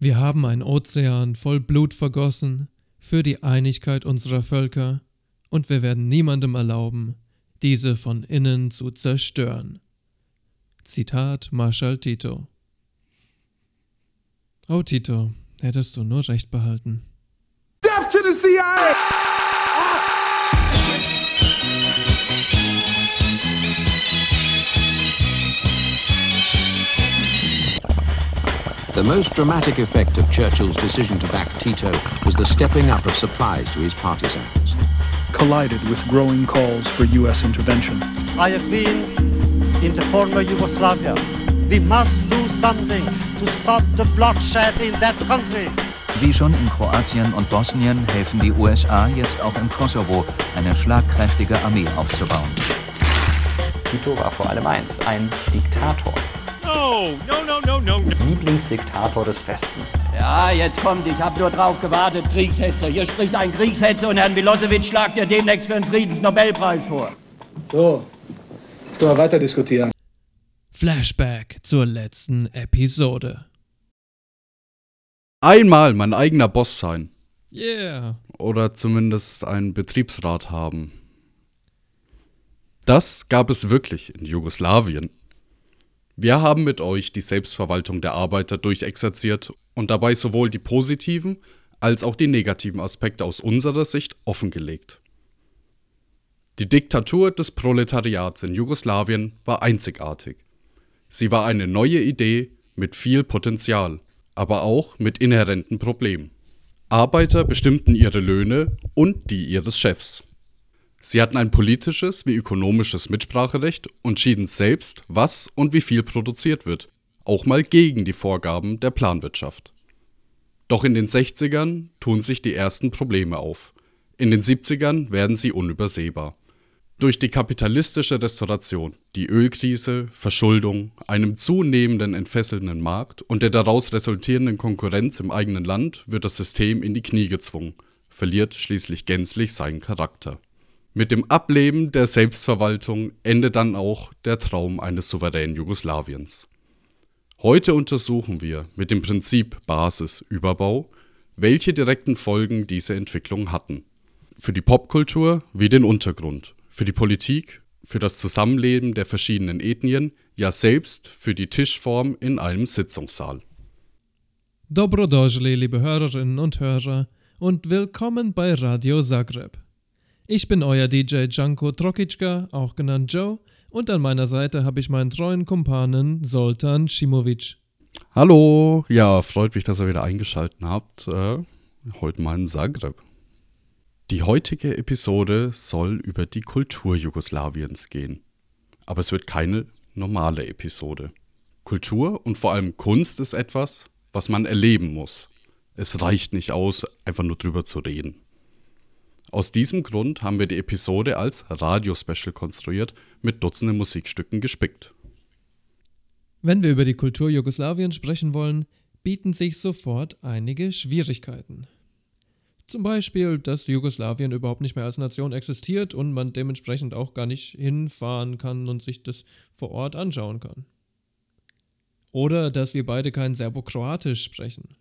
Wir haben einen Ozean voll Blut vergossen für die Einigkeit unserer Völker und wir werden niemandem erlauben, diese von innen zu zerstören. Zitat Marschall Tito. Oh Tito, hättest du nur recht behalten. Death to the CIA! The most dramatic effect of Churchill's decision to back Tito was the stepping up of supplies to his partisans. Collided with growing calls for U.S. intervention. I have been in the former Yugoslavia. We must do something to stop the bloodshed in that country. Wie schon in Kroatien und Bosnien helfen die USA jetzt auch im Kosovo, eine schlagkräftige Armee aufzubauen. Tito war vor allem eins, ein Diktator. No. Lieblingsdiktator des Westens. Ja, jetzt kommt, ich habe nur drauf gewartet, Kriegshetzer. Hier spricht ein Kriegshetzer und Herrn Milosevic schlagt ihr demnächst für den Friedensnobelpreis vor. So, jetzt können wir weiter diskutieren. Flashback zur letzten Episode. Einmal mein eigener Boss sein. Yeah. Oder zumindest einen Betriebsrat haben. Das gab es wirklich in Jugoslawien. Wir haben mit euch die Selbstverwaltung der Arbeiter durchexerziert und dabei sowohl die positiven als auch die negativen Aspekte aus unserer Sicht offengelegt. Die Diktatur des Proletariats in Jugoslawien war einzigartig. Sie war eine neue Idee mit viel Potenzial, aber auch mit inhärenten Problemen. Arbeiter bestimmten ihre Löhne und die ihres Chefs. Sie hatten ein politisches wie ökonomisches Mitspracherecht und schieden selbst, was und wie viel produziert wird, auch mal gegen die Vorgaben der Planwirtschaft. Doch in den 60ern tun sich die ersten Probleme auf. In den 70ern werden sie unübersehbar. Durch die kapitalistische Restauration, die Ölkrise, Verschuldung, einem zunehmenden entfesselnden Markt und der daraus resultierenden Konkurrenz im eigenen Land wird das System in die Knie gezwungen, verliert schließlich gänzlich seinen Charakter. Mit dem Ableben der Selbstverwaltung endet dann auch der Traum eines souveränen Jugoslawiens. Heute untersuchen wir mit dem Prinzip Basis-Überbau, welche direkten Folgen diese Entwicklung hatten. Für die Popkultur wie den Untergrund, für die Politik, für das Zusammenleben der verschiedenen Ethnien, ja selbst für die Tischform in einem Sitzungssaal. Dobro došli, liebe Hörerinnen und Hörer, und willkommen bei Radio Zagreb. Ich bin euer DJ Janko Trokicka, auch genannt Joe, und an meiner Seite habe ich meinen treuen Kumpanen Zoltan Šimović. Hallo, ja, freut mich, dass ihr wieder eingeschaltet habt. Heute mal in Zagreb. Die heutige Episode soll über die Kultur Jugoslawiens gehen. Aber es wird keine normale Episode. Kultur und vor allem Kunst ist etwas, was man erleben muss. Es reicht nicht aus, einfach nur drüber zu reden. Aus diesem Grund haben wir die Episode als Radio-Special konstruiert, mit Dutzenden Musikstücken gespickt. Wenn wir über die Kultur Jugoslawiens sprechen wollen, bieten sich sofort einige Schwierigkeiten. Zum Beispiel, dass Jugoslawien überhaupt nicht mehr als Nation existiert und man dementsprechend auch gar nicht hinfahren kann und sich das vor Ort anschauen kann. Oder dass wir beide kein Serbokroatisch sprechen.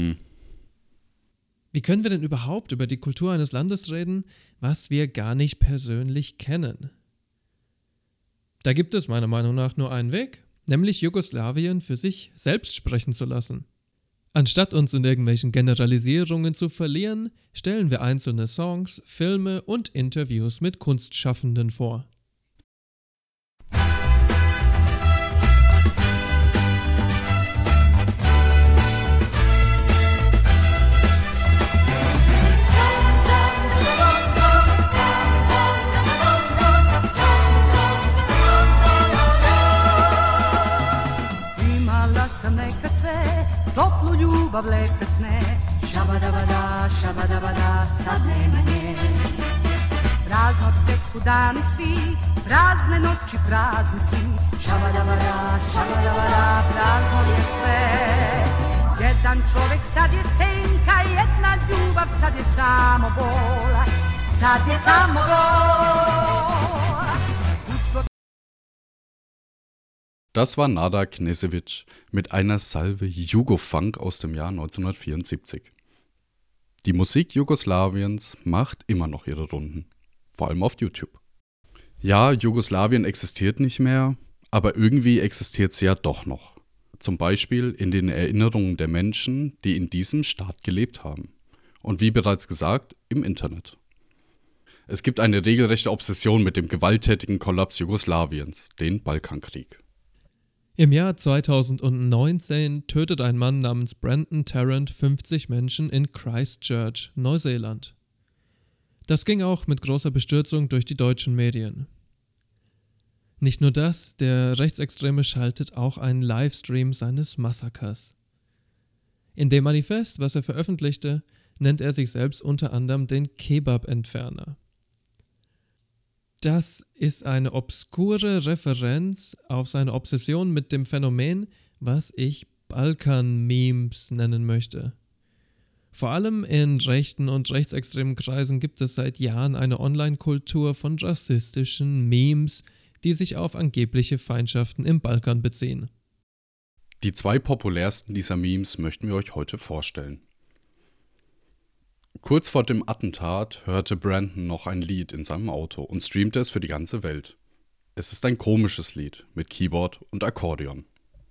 Wie können wir denn überhaupt über die Kultur eines Landes reden, was wir gar nicht persönlich kennen? Da gibt es meiner Meinung nach nur einen Weg, nämlich Jugoslawien für sich selbst sprechen zu lassen. Anstatt uns in irgendwelchen Generalisierungen zu verlieren, stellen wir einzelne Songs, Filme und Interviews mit Kunstschaffenden vor. Toplu ljubav lepe sne, šabadabada, sad nema nje. Prazno teku dani svi, prazne noći, prazni svi, šabadabada, prazno je sve. Jedan čovjek sad je senka, jedna ljubav, sad je samo bol, sad je samo bol. Das war Nada Knežević mit einer Salve Jugofunk aus dem Jahr 1974. Die Musik Jugoslawiens macht immer noch ihre Runden, vor allem auf YouTube. Ja, Jugoslawien existiert nicht mehr, aber irgendwie existiert sie ja doch noch. Zum Beispiel in den Erinnerungen der Menschen, die in diesem Staat gelebt haben. Und wie bereits gesagt, im Internet. Es gibt eine regelrechte Obsession mit dem gewalttätigen Kollaps Jugoslawiens, den Balkankrieg. Im Jahr 2019 tötet ein Mann namens Brandon Tarrant 50 Menschen in Christchurch, Neuseeland. Das ging auch mit großer Bestürzung durch die deutschen Medien. Nicht nur das, der Rechtsextreme schaltet auch einen Livestream seines Massakers. In dem Manifest, was er veröffentlichte, nennt er sich selbst unter anderem den Kebab-Entferner. Das ist eine obskure Referenz auf seine Obsession mit dem Phänomen, was ich Balkan-Memes nennen möchte. Vor allem in rechten und rechtsextremen Kreisen gibt es seit Jahren eine Online-Kultur von rassistischen Memes, die sich auf angebliche Feindschaften im Balkan beziehen. Die 2 populärsten dieser Memes möchten wir euch heute vorstellen. Kurz vor dem Attentat hörte Brandon noch ein Lied in seinem Auto und streamte es für die ganze Welt. Es ist ein komisches Lied mit Keyboard und Akkordeon.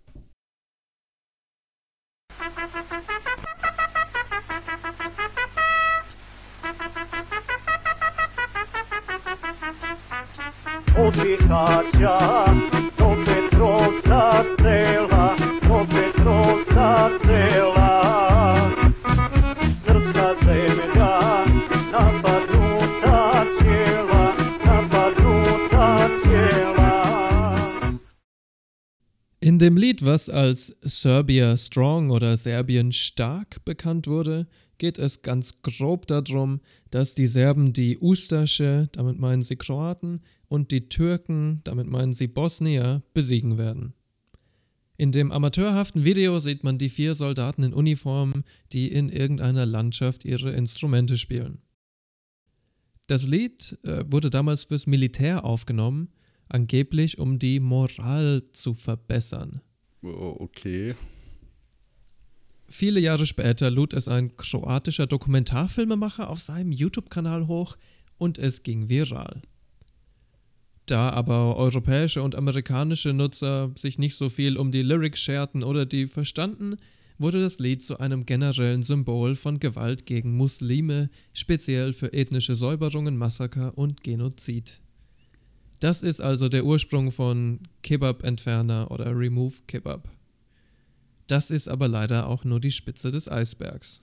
Od Bihaća do Petrovca sela, do Petrovca sela. Srpska zemlja napadnuta cijela, napadnuta cijela. In dem Lied, was als Serbia Strong oder Serbien stark bekannt wurde, geht es ganz grob darum, dass die Serben die Ustaše, damit meinen sie Kroaten, und die Türken, damit meinen sie Bosnier, besiegen werden. In dem amateurhaften Video sieht man die 4 Soldaten in Uniform, die in irgendeiner Landschaft ihre Instrumente spielen. Das Lied wurde damals fürs Militär aufgenommen, angeblich um die Moral zu verbessern. Oh, okay. Viele Jahre später lud es ein kroatischer Dokumentarfilmemacher auf seinem YouTube-Kanal hoch und es ging viral. Da aber europäische und amerikanische Nutzer sich nicht so viel um die Lyrics scherten oder die verstanden, wurde das Lied zu einem generellen Symbol von Gewalt gegen Muslime, speziell für ethnische Säuberungen, Massaker und Genozid. Das ist also der Ursprung von Kebab-Entferner oder Remove Kebab. Das ist aber leider auch nur die Spitze des Eisbergs.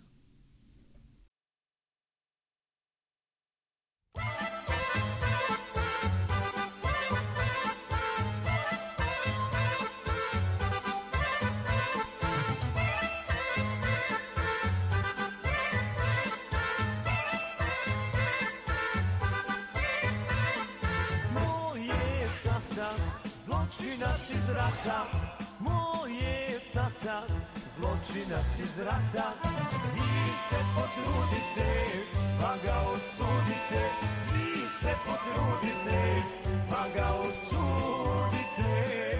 Zločinac iz rata, moj je tata, zločinac iz rata. Vi se potrudite, pa ga osudite, vi se potrudite, pa ga osudite.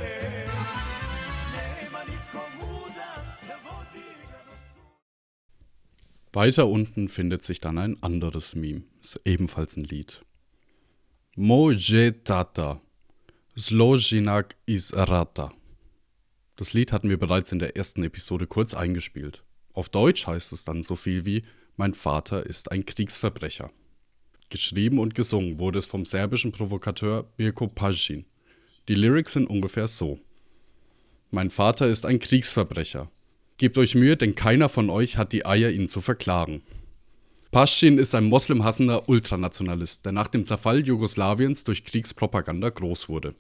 Nema niko muda da vodi ga do suda. Weiter unten findet sich dann ein anderes Meme, ist ebenfalls ein Lied. Moj je tata. Zločinac iz rata. Das Lied hatten wir bereits in der ersten Episode kurz eingespielt. Auf Deutsch heißt es dann so viel wie Mein Vater ist ein Kriegsverbrecher. Geschrieben und gesungen wurde es vom serbischen Provokateur Mirko Pazin. Die Lyrics sind ungefähr so: Mein Vater ist ein Kriegsverbrecher. Gebt euch Mühe, denn keiner von euch hat die Eier, ihn zu verklagen. Pazin ist ein moslemhassender Ultranationalist, der nach dem Zerfall Jugoslawiens durch Kriegspropaganda groß wurde.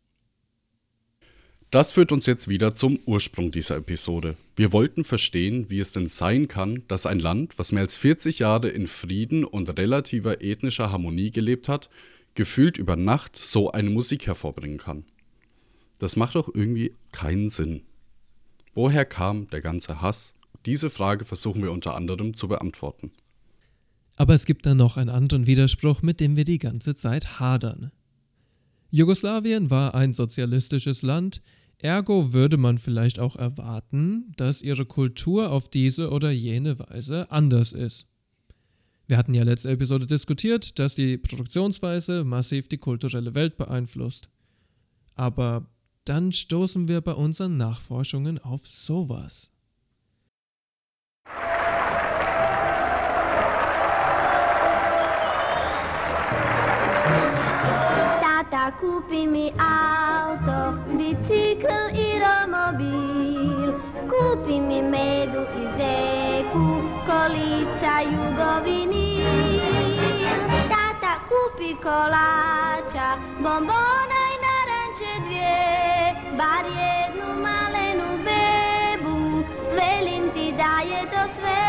Das führt uns jetzt wieder zum Ursprung dieser Episode. Wir wollten verstehen, wie es denn sein kann, dass ein Land, was mehr als 40 Jahre in Frieden und relativer ethnischer Harmonie gelebt hat, gefühlt über Nacht so eine Musik hervorbringen kann. Das macht doch irgendwie keinen Sinn. Woher kam der ganze Hass? Diese Frage versuchen wir unter anderem zu beantworten. Aber es gibt dann noch einen anderen Widerspruch, mit dem wir die ganze Zeit hadern. Jugoslawien war ein sozialistisches Land, Ergo würde man vielleicht auch erwarten, dass ihre Kultur auf diese oder jene Weise anders ist. Wir hatten ja letzte Episode diskutiert, dass die Produktionsweise massiv die kulturelle Welt beeinflusst. Aber dann stoßen wir bei unseren Nachforschungen auf sowas. Tata, kupi mi auto, bicicl i romobil. Kupi mi medu i zeku, kolica jugovinil. Tata, kupi kolača, bombona i naranče dvije. Bar jednu malenu bebu, velim ti da je to sve.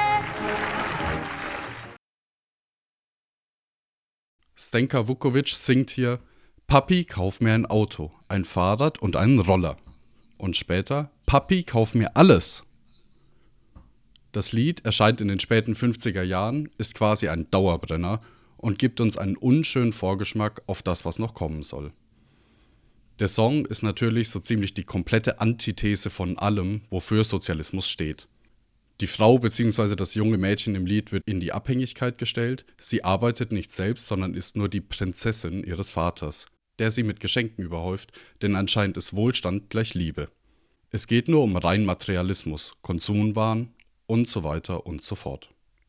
Zdenka Vukovic singt hier: Papi, kauf mir ein Auto, ein Fahrrad und einen Roller. Und später: Papi, kauf mir alles. Das Lied erscheint in den späten 50er Jahren, ist quasi ein Dauerbrenner und gibt uns einen unschönen Vorgeschmack auf das, was noch kommen soll. Der Song ist natürlich so ziemlich die komplette Antithese von allem, wofür Sozialismus steht. Die Frau bzw. das junge Mädchen im Lied wird in die Abhängigkeit gestellt, sie arbeitet nicht selbst, sondern ist nur die Prinzessin ihres Vaters, der sie mit Geschenken überhäuft, denn anscheinend ist Wohlstand gleich Liebe. Es geht nur um rein Materialismus, Konsumwahn und so weiter und so fort.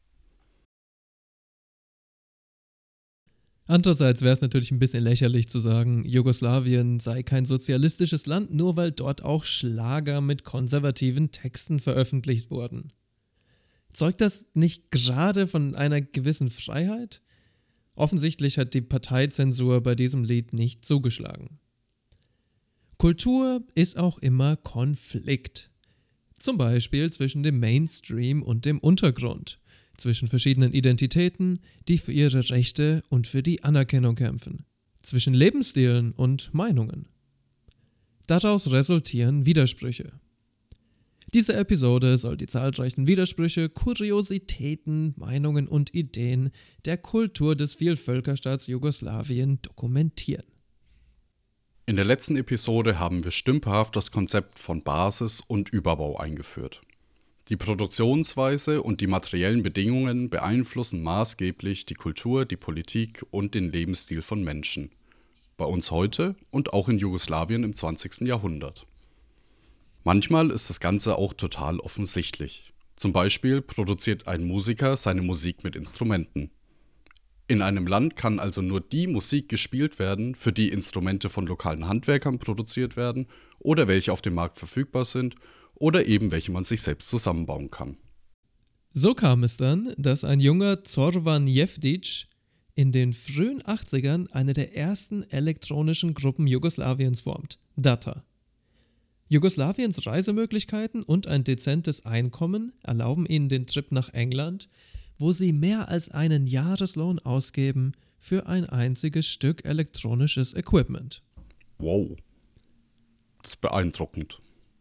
Andererseits wäre es natürlich ein bisschen lächerlich zu sagen, Jugoslawien sei kein sozialistisches Land, nur weil dort auch Schlager mit konservativen Texten veröffentlicht wurden. Zeugt das nicht gerade von einer gewissen Freiheit? Offensichtlich hat die Parteizensur bei diesem Lied nicht zugeschlagen. Kultur ist auch immer Konflikt. Zum Beispiel zwischen dem Mainstream und dem Untergrund, zwischen verschiedenen Identitäten, die für ihre Rechte und für die Anerkennung kämpfen, zwischen Lebensstilen und Meinungen. Daraus resultieren Widersprüche. Diese Episode soll die zahlreichen Widersprüche, Kuriositäten, Meinungen und Ideen der Kultur des Vielvölkerstaats Jugoslawien dokumentieren. In der letzten Episode haben wir stümperhaft das Konzept von Basis und Überbau eingeführt. Die Produktionsweise und die materiellen Bedingungen beeinflussen maßgeblich die Kultur, die Politik und den Lebensstil von Menschen. Bei uns heute und auch in Jugoslawien im 20. Jahrhundert. Manchmal ist das Ganze auch total offensichtlich. Zum Beispiel produziert ein Musiker seine Musik mit Instrumenten. In einem Land kann also nur die Musik gespielt werden, für die Instrumente von lokalen Handwerkern produziert werden oder welche auf dem Markt verfügbar sind oder eben welche man sich selbst zusammenbauen kann. So kam es dann, dass ein junger Zorvan Jefdic in den frühen 80ern eine der ersten elektronischen Gruppen Jugoslawiens formt, Data. Jugoslawiens Reisemöglichkeiten und ein dezentes Einkommen erlauben ihnen den Trip nach England, wo sie mehr als einen Jahreslohn ausgeben für ein einziges Stück elektronisches Equipment. Wow, das ist beeindruckend.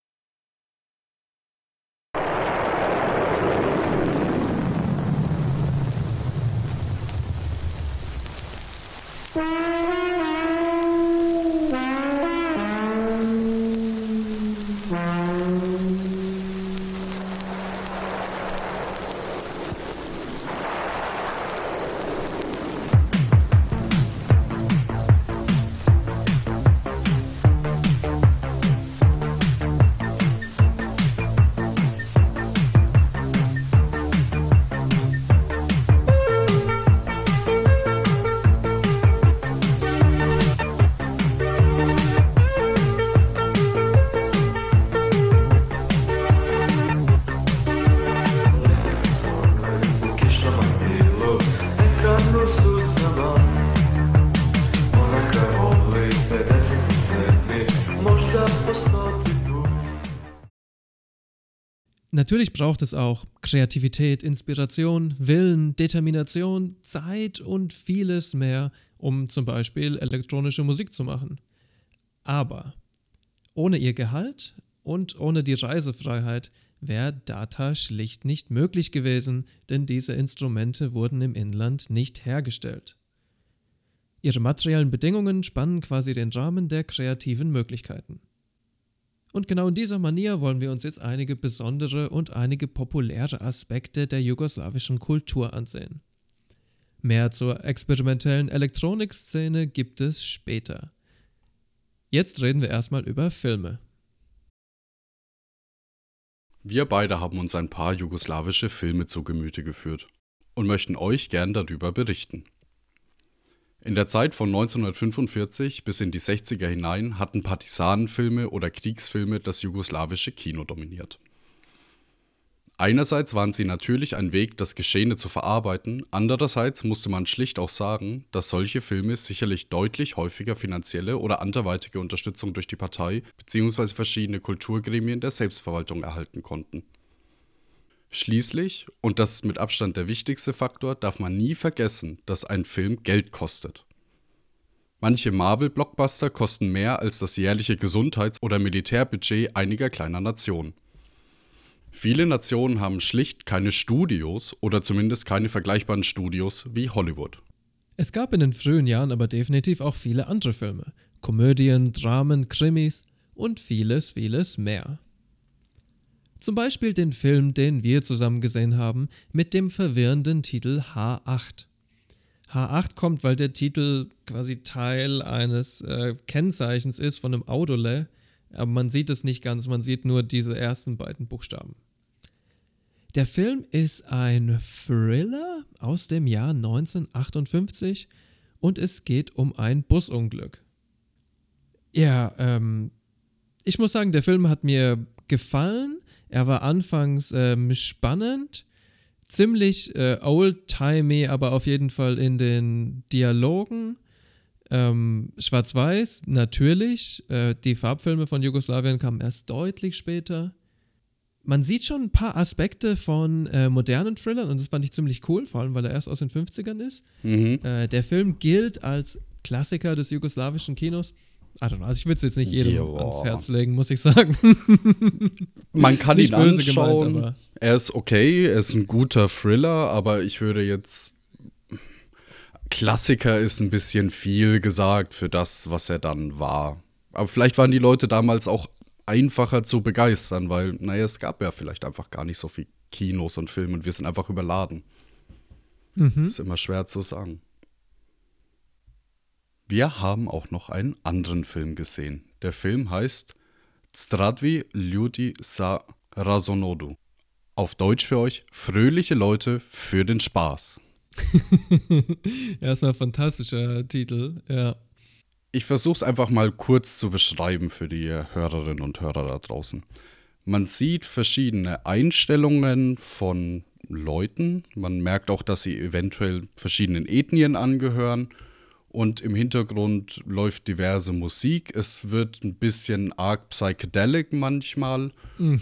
Natürlich braucht es auch Kreativität, Inspiration, Willen, Determination, Zeit und vieles mehr, um zum Beispiel elektronische Musik zu machen. Aber ohne ihr Gehalt und ohne die Reisefreiheit wäre Data schlicht nicht möglich gewesen, denn diese Instrumente wurden im Inland nicht hergestellt. Ihre materiellen Bedingungen spannen quasi den Rahmen der kreativen Möglichkeiten. Und genau in dieser Manier wollen wir uns jetzt einige besondere und einige populäre Aspekte der jugoslawischen Kultur ansehen. Mehr zur experimentellen Elektronikszene gibt es später. Jetzt reden wir erstmal über Filme. Wir beide haben uns ein paar jugoslawische Filme zu Gemüte geführt und möchten euch gern darüber berichten. In der Zeit von 1945 bis in die 60er hinein hatten Partisanenfilme oder Kriegsfilme das jugoslawische Kino dominiert. Einerseits waren sie natürlich ein Weg, das Geschehene zu verarbeiten, andererseits musste man schlicht auch sagen, dass solche Filme sicherlich deutlich häufiger finanzielle oder anderweitige Unterstützung durch die Partei bzw. verschiedene Kulturgremien der Selbstverwaltung erhalten konnten. Schließlich, und das ist mit Abstand der wichtigste Faktor, darf man nie vergessen, dass ein Film Geld kostet. Manche Marvel-Blockbuster kosten mehr als das jährliche Gesundheits- oder Militärbudget einiger kleiner Nationen. Viele Nationen haben schlicht keine Studios oder zumindest keine vergleichbaren Studios wie Hollywood. Es gab in den frühen Jahren aber definitiv auch viele andere Filme. Komödien, Dramen, Krimis und vieles, vieles mehr. Zum Beispiel den Film, den wir zusammen gesehen haben, mit dem verwirrenden Titel H8. H8 kommt, weil der Titel quasi Teil eines Kennzeichens ist von einem Audole, aber man sieht es nicht ganz, man sieht nur diese ersten beiden Buchstaben. Der Film ist ein Thriller aus dem Jahr 1958 und es geht um ein Busunglück. Ja, ich muss sagen, der Film hat mir gefallen. Er war anfangs spannend, ziemlich old-timey, aber auf jeden Fall in den Dialogen. Schwarz-Weiß, natürlich. Die Farbfilme von Jugoslawien kamen erst deutlich später. Man sieht schon ein paar Aspekte von modernen Thrillern und das fand ich ziemlich cool, vor allem weil er erst aus den 50ern ist. Der Film gilt als Klassiker des jugoslawischen Kinos. Also ich würde es jetzt nicht jedem ans Herz legen, muss ich sagen. Man kann ihn anschauen, gemeint, er ist okay, er ist ein guter Thriller, aber ich würde jetzt... Klassiker ist ein bisschen viel gesagt für das, was er dann war. Aber vielleicht waren die Leute damals auch einfacher zu begeistern, weil, naja, es gab ja vielleicht einfach gar nicht so viel Kinos und Filme und wir sind einfach überladen. Ist immer schwer zu sagen. Wir haben auch noch einen anderen Film gesehen. Der Film heißt Zdravvi ljudi sa razonodu. Auf Deutsch für euch, fröhliche Leute für den Spaß. Erstmal fantastischer Titel, ja. Ich versuche es einfach mal kurz zu beschreiben für die Hörerinnen und Hörer da draußen. Man sieht verschiedene Einstellungen von Leuten. Man merkt auch, dass sie eventuell verschiedenen Ethnien angehören. Und im Hintergrund läuft diverse Musik. Es wird ein bisschen arg psychedelic manchmal.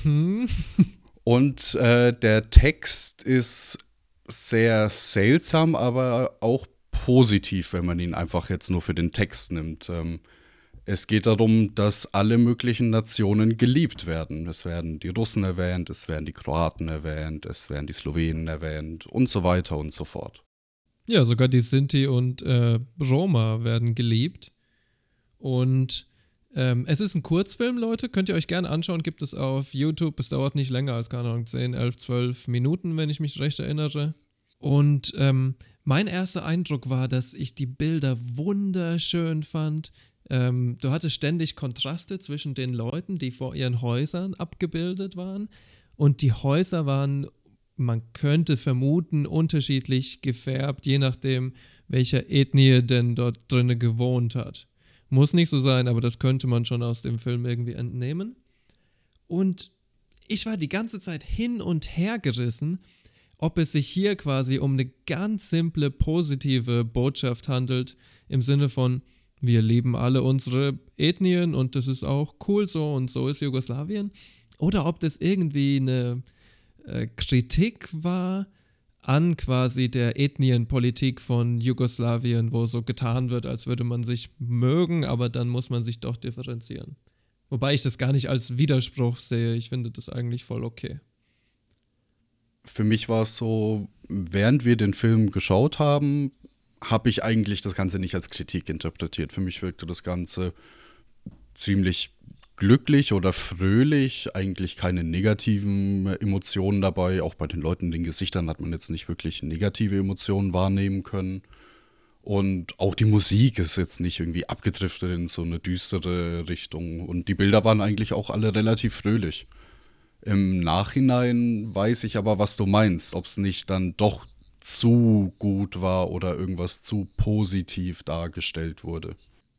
Und der Text ist sehr seltsam, aber auch positiv, wenn man ihn einfach jetzt nur für den Text nimmt. Es geht darum, dass alle möglichen Nationen geliebt werden. Es werden die Russen erwähnt, es werden die Kroaten erwähnt, es werden die Slowenen erwähnt und so weiter und so fort. Ja, sogar die Sinti und Roma werden geliebt. Und es ist ein Kurzfilm, Leute, könnt ihr euch gerne anschauen, gibt es auf YouTube. Es dauert nicht länger als, keine Ahnung, 10, 11, 12 Minuten, wenn ich mich recht erinnere. Und mein erster Eindruck war, dass ich die Bilder wunderschön fand. Du hattest ständig Kontraste zwischen den Leuten, die vor ihren Häusern abgebildet waren. Und die Häuser waren, man könnte vermuten, unterschiedlich gefärbt, je nachdem, welcher Ethnie denn dort drinnen gewohnt hat. Muss nicht so sein, aber das könnte man schon aus dem Film irgendwie entnehmen. Und ich war die ganze Zeit hin und her gerissen, ob es sich hier quasi um eine ganz simple, positive Botschaft handelt, im Sinne von, wir lieben alle unsere Ethnien und das ist auch cool so und so ist Jugoslawien, oder ob das irgendwie eine Kritik war an quasi der Ethnienpolitik von Jugoslawien, wo so getan wird, als würde man sich mögen, aber dann muss man sich doch differenzieren. Wobei ich das gar nicht als Widerspruch sehe, ich finde das eigentlich voll okay. Für mich war es so, während wir den Film geschaut haben, habe ich eigentlich das Ganze nicht als Kritik interpretiert. Für mich wirkte das Ganze ziemlich glücklich oder fröhlich, eigentlich keine negativen Emotionen dabei. Auch bei den Leuten in den Gesichtern hat man jetzt nicht wirklich negative Emotionen wahrnehmen können. Und auch die Musik ist jetzt nicht irgendwie abgedriftet in so eine düstere Richtung. Und die Bilder waren eigentlich auch alle relativ fröhlich. Im Nachhinein weiß ich aber, was du meinst, ob es nicht dann doch zu gut war oder irgendwas zu positiv dargestellt wurde.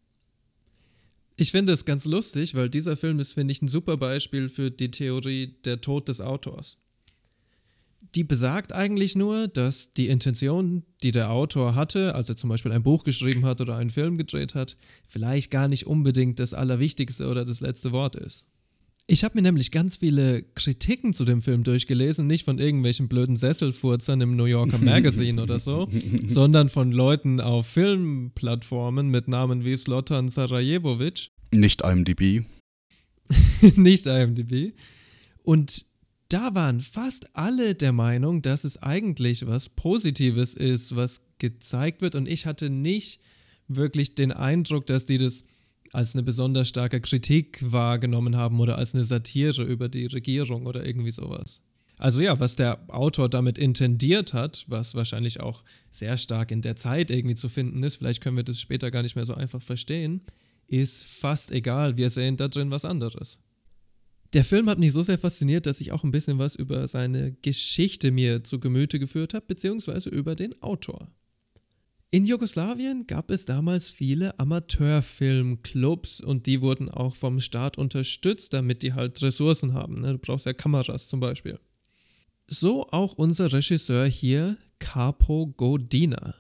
Ich finde es ganz lustig, weil dieser Film ist, finde ich, ein super Beispiel für die Theorie der Tod des Autors. Die besagt eigentlich nur, dass die Intention, die der Autor hatte, als er zum Beispiel ein Buch geschrieben hat oder einen Film gedreht hat, vielleicht gar nicht unbedingt das Allerwichtigste oder das letzte Wort ist. Ich habe mir nämlich ganz viele Kritiken zu dem Film durchgelesen, nicht von irgendwelchen blöden Sesselfurzern im New Yorker Magazine oder so, sondern von Leuten auf Filmplattformen mit Namen wie Slotan Sarajevovic. Nicht IMDb. Nicht IMDb. Und da waren fast alle der Meinung, dass es eigentlich was Positives ist, was gezeigt wird. Und ich hatte nicht wirklich den Eindruck, dass die das als eine besonders starke Kritik wahrgenommen haben oder als eine Satire über die Regierung oder irgendwie sowas. Also ja, was der Autor damit intendiert hat, was wahrscheinlich auch sehr stark in der Zeit irgendwie zu finden ist, vielleicht können wir das später gar nicht mehr so einfach verstehen, ist fast egal. Wir sehen da drin was anderes. Der Film hat mich so sehr fasziniert, dass ich auch ein bisschen was über seine Geschichte mir zu Gemüte geführt habe, beziehungsweise über den Autor. In Jugoslawien gab es damals viele Amateurfilmclubs und die wurden auch vom Staat unterstützt, damit die halt Ressourcen haben. Du brauchst ja Kameras zum Beispiel. So auch unser Regisseur hier, Capo Godina.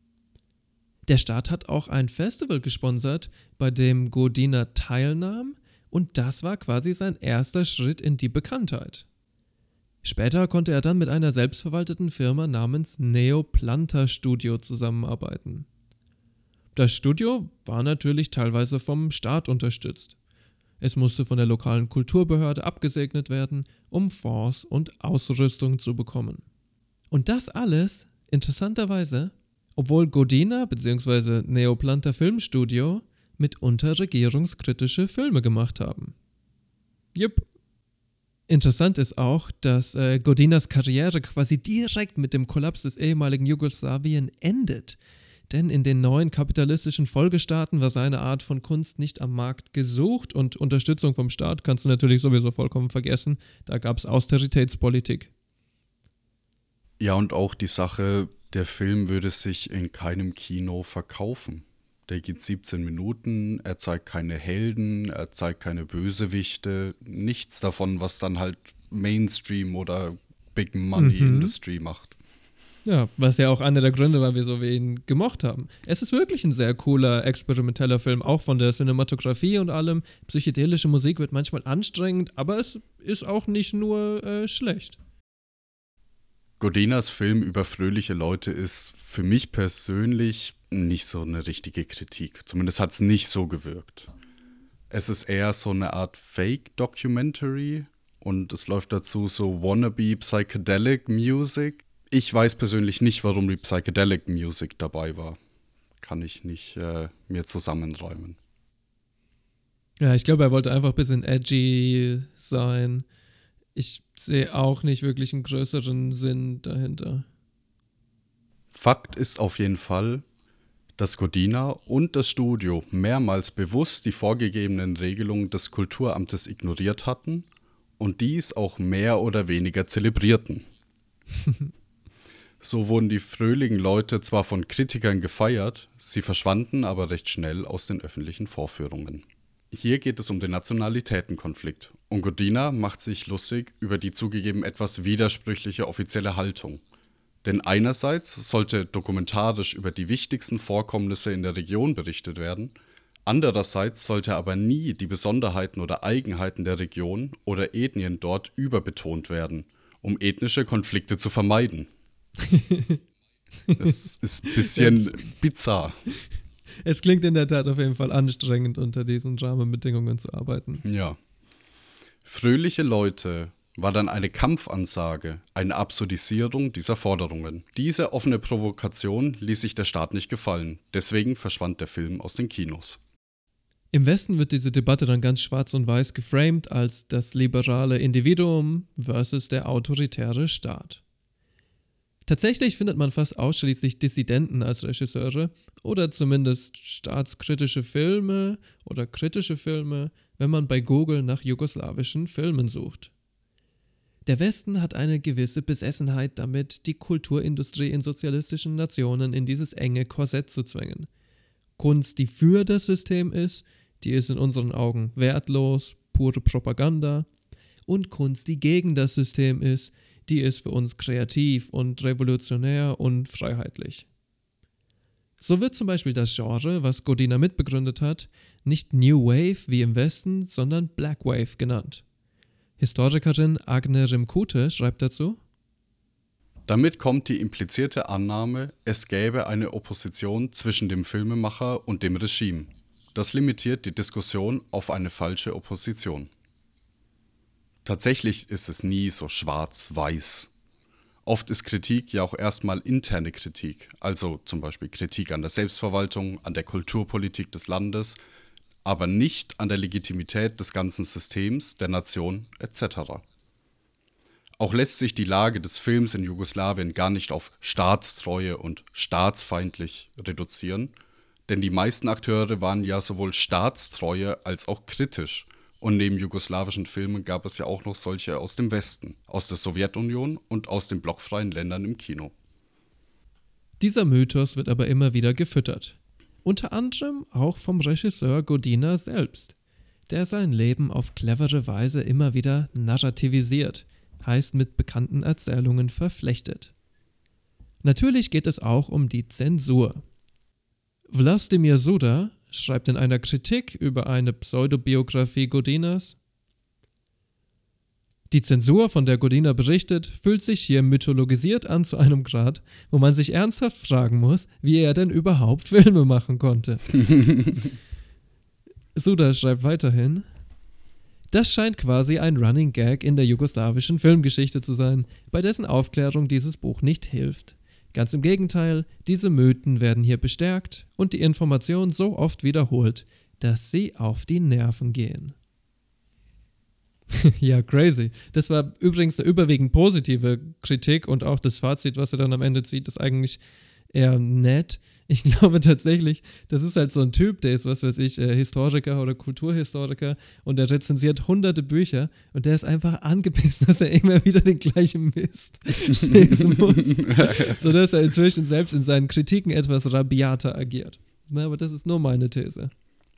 Der Staat hat auch ein Festival gesponsert, bei dem Godina teilnahm und das war quasi sein erster Schritt in die Bekanntheit. Später konnte er dann mit einer selbstverwalteten Firma namens Neoplanta Studio zusammenarbeiten. Das Studio war natürlich teilweise vom Staat unterstützt. Es musste von der lokalen Kulturbehörde abgesegnet werden, um Fonds und Ausrüstung zu bekommen. Und das alles, interessanterweise, obwohl Godina bzw. Neoplanta Filmstudio mitunter regierungskritische Filme gemacht haben. Jupp. Interessant ist auch, dass Godinas Karriere quasi direkt mit dem Kollaps des ehemaligen Jugoslawien endet. Denn in den neuen kapitalistischen Folgestaaten war seine Art von Kunst nicht am Markt gesucht und Unterstützung vom Staat kannst du natürlich sowieso vollkommen vergessen. Da gab es Austeritätspolitik. Ja, und auch die Sache, der Film würde sich in keinem Kino verkaufen. Der geht 17 Minuten, er zeigt keine Helden, er zeigt keine Bösewichte, nichts davon, was dann halt Mainstream oder Big Money Industry macht. Ja, was ja auch einer der Gründe war, wieso wir ihn gemocht haben. Es ist wirklich ein sehr cooler, experimenteller Film, auch von der Cinematografie und allem. Psychedelische Musik wird manchmal anstrengend, aber es ist auch nicht nur schlecht. Godinas Film über fröhliche Leute ist für mich persönlich nicht so eine richtige Kritik. Zumindest hat es nicht so gewirkt. Es ist eher so eine Art Fake-Documentary und es läuft dazu so wannabe Psychedelic Music. Ich weiß persönlich nicht, warum die Psychedelic Music dabei war. Kann ich nicht mir zusammenräumen. Ja, ich glaube, er wollte einfach ein bisschen edgy sein. Ich sehe auch nicht wirklich einen größeren Sinn dahinter. Fakt ist auf jeden Fall, dass Godina und das Studio mehrmals bewusst die vorgegebenen Regelungen des Kulturamtes ignoriert hatten und dies auch mehr oder weniger zelebrierten. So wurden die fröhlichen Leute zwar von Kritikern gefeiert, sie verschwanden aber recht schnell aus den öffentlichen Vorführungen. Hier geht es um den Nationalitätenkonflikt und Godina macht sich lustig über die zugegeben etwas widersprüchliche offizielle Haltung. Denn einerseits sollte dokumentarisch über die wichtigsten Vorkommnisse in der Region berichtet werden, andererseits sollte aber nie die Besonderheiten oder Eigenheiten der Region oder Ethnien dort überbetont werden, um ethnische Konflikte zu vermeiden. Das ist ein bisschen bizarr. Es klingt in der Tat auf jeden Fall anstrengend, unter diesen Rahmenbedingungen zu arbeiten. Ja. Fröhliche Leute war dann eine Kampfansage, eine Absurdisierung dieser Forderungen. Diese offene Provokation ließ sich der Staat nicht gefallen. Deswegen verschwand der Film aus den Kinos. Im Westen wird diese Debatte dann ganz schwarz und weiß geframed als das liberale Individuum versus der autoritäre Staat. Tatsächlich findet man fast ausschließlich Dissidenten als Regisseure oder zumindest staatskritische Filme oder kritische Filme, wenn man bei Google nach jugoslawischen Filmen sucht. Der Westen hat eine gewisse Besessenheit damit, die Kulturindustrie in sozialistischen Nationen in dieses enge Korsett zu zwängen. Kunst, die für das System ist, die ist in unseren Augen wertlos, pure Propaganda. Und Kunst, die gegen das System ist, die ist für uns kreativ und revolutionär und freiheitlich. So wird zum Beispiel das Genre, was Godina mitbegründet hat, nicht New Wave wie im Westen, sondern Black Wave genannt. Historikerin Agne Rimkute schreibt dazu: Damit kommt die implizierte Annahme, es gäbe eine Opposition zwischen dem Filmemacher und dem Regime. Das limitiert die Diskussion auf eine falsche Opposition. Tatsächlich ist es nie so schwarz-weiß. Oft ist Kritik ja auch erstmal interne Kritik, also zum Beispiel Kritik an der Selbstverwaltung, an der Kulturpolitik des Landes, aber nicht an der Legitimität des ganzen Systems, der Nation etc. Auch lässt sich die Lage des Films in Jugoslawien gar nicht auf staatstreue und staatsfeindlich reduzieren, denn die meisten Akteure waren ja sowohl staatstreue als auch kritisch. Und neben jugoslawischen Filmen gab es ja auch noch solche aus dem Westen, aus der Sowjetunion und aus den blockfreien Ländern im Kino. Dieser Mythos wird aber immer wieder gefüttert. Unter anderem auch vom Regisseur Godina selbst, der sein Leben auf clevere Weise immer wieder narrativisiert, heißt mit bekannten Erzählungen verflechtet. Natürlich geht es auch um die Zensur. Vlastimir Suda schreibt in einer Kritik über eine Pseudobiografie Godinas: Die Zensur, von der Godina berichtet, fühlt sich hier mythologisiert an zu einem Grad, wo man sich ernsthaft fragen muss, wie er denn überhaupt Filme machen konnte. Suda schreibt weiterhin: Das scheint quasi ein Running Gag in der jugoslawischen Filmgeschichte zu sein, bei dessen Aufklärung dieses Buch nicht hilft. Ganz im Gegenteil, diese Mythen werden hier bestärkt und die Information so oft wiederholt, dass sie auf die Nerven gehen. Ja, crazy. Das war übrigens eine überwiegend positive Kritik und auch das Fazit, was er dann am Ende zieht, ist eigentlich eher nett. Ich glaube tatsächlich, das ist halt so ein Typ, der ist, was weiß ich, Historiker oder Kulturhistoriker und der rezensiert hunderte Bücher und der ist einfach angepisst, dass er immer wieder den gleichen Mist lesen muss, sodass er inzwischen selbst in seinen Kritiken etwas rabiater agiert. Na, aber das ist nur meine These.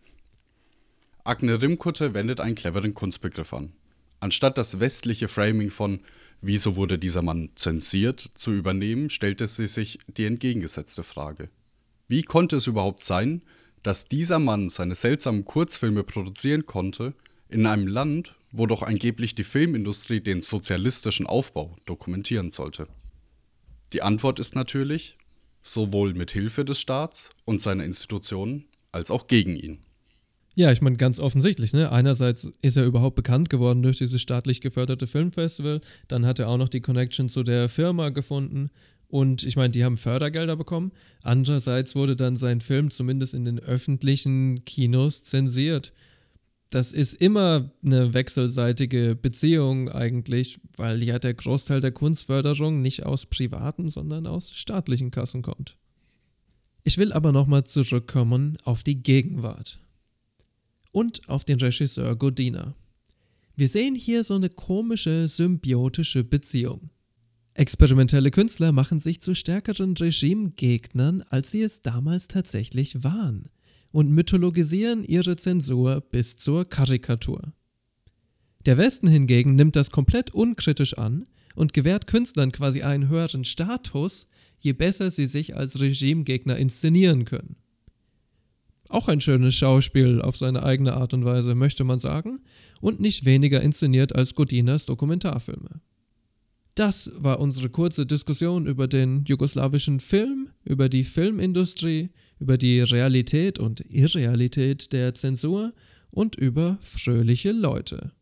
Agne Rimkute wendet einen cleveren Kunstbegriff an. Anstatt das westliche Framing von „Wieso wurde dieser Mann zensiert?" zu übernehmen, stellte sie sich die entgegengesetzte Frage. Wie konnte es überhaupt sein, dass dieser Mann seine seltsamen Kurzfilme produzieren konnte, in einem Land, wo doch angeblich die Filmindustrie den sozialistischen Aufbau dokumentieren sollte? Die Antwort ist natürlich, sowohl mit Hilfe des Staats und seiner Institutionen, als auch gegen ihn. Ja, ich meine, ganz offensichtlich, ne? Einerseits ist er überhaupt bekannt geworden durch dieses staatlich geförderte Filmfestival, dann hat er auch noch die Connection zu der Firma gefunden und ich meine, die haben Fördergelder bekommen. Andererseits wurde dann sein Film zumindest in den öffentlichen Kinos zensiert. Das ist immer eine wechselseitige Beziehung eigentlich, weil ja der Großteil der Kunstförderung nicht aus privaten, sondern aus staatlichen Kassen kommt. Ich will aber nochmal zurückkommen auf die Gegenwart. Und auf den Regisseur Godina. Wir sehen hier so eine komische, symbiotische Beziehung. Experimentelle Künstler machen sich zu stärkeren Regimegegnern, als sie es damals tatsächlich waren, und mythologisieren ihre Zensur bis zur Karikatur. Der Westen hingegen nimmt das komplett unkritisch an und gewährt Künstlern quasi einen höheren Status, je besser sie sich als Regimegegner inszenieren können. Auch ein schönes Schauspiel auf seine eigene Art und Weise, möchte man sagen, und nicht weniger inszeniert als Godinas Dokumentarfilme. Das war unsere kurze Diskussion über den jugoslawischen Film, über die Filmindustrie, über die Realität und Irrealität der Zensur und über fröhliche Leute.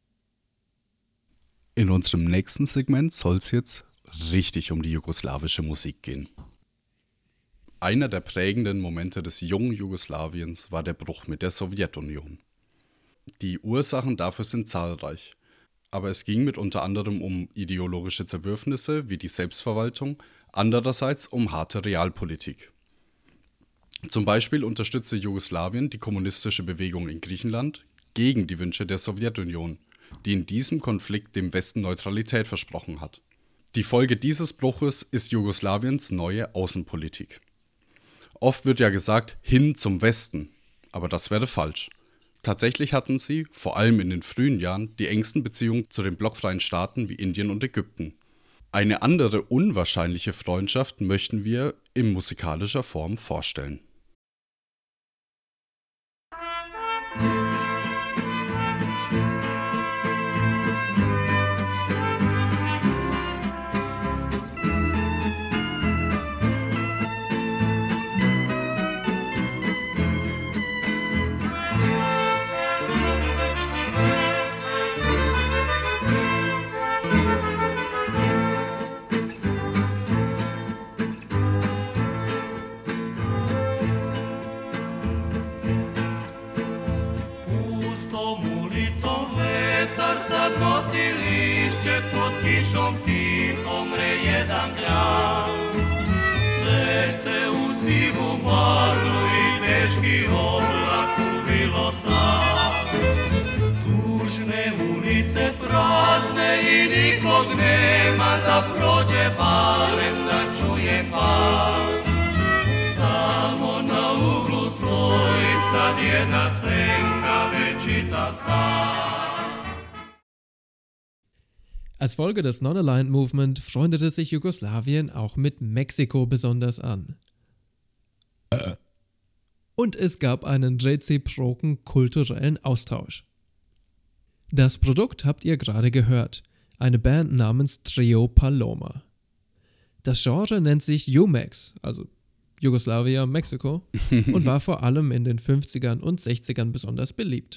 In unserem nächsten Segment soll es jetzt richtig um die jugoslawische Musik gehen. Einer der prägenden Momente des jungen Jugoslawiens war der Bruch mit der Sowjetunion. Die Ursachen dafür sind zahlreich, aber es ging mit unter anderem um ideologische Zerwürfnisse wie die Selbstverwaltung, andererseits um harte Realpolitik. Zum Beispiel unterstützte Jugoslawien die kommunistische Bewegung in Griechenland gegen die Wünsche der Sowjetunion, die in diesem Konflikt dem Westen Neutralität versprochen hat. Die Folge dieses Bruches ist Jugoslawiens neue Außenpolitik. Oft wird ja gesagt, hin zum Westen, aber das wäre falsch. Tatsächlich hatten sie, vor allem in den frühen Jahren, die engsten Beziehungen zu den blockfreien Staaten wie Indien und Ägypten. Eine andere unwahrscheinliche Freundschaft möchten wir in musikalischer Form vorstellen. Kišom tihom re jedan grad, sve se u sivu maglu i teški oblak uvilo sad. Tužne ulice prazne i nikog nema, da prođe barem da čuje pad. Samo na uglu stoji sad jedna senka večita sad. Als Folge des Non-Aligned Movement freundete sich Jugoslawien auch mit Mexiko besonders an. Und es gab einen reziproken kulturellen Austausch. Das Produkt habt ihr gerade gehört, eine Band namens Trio Paloma. Das Genre nennt sich UMEX, also Jugoslavia, Mexiko, und war vor allem in den 50ern und 60ern besonders beliebt.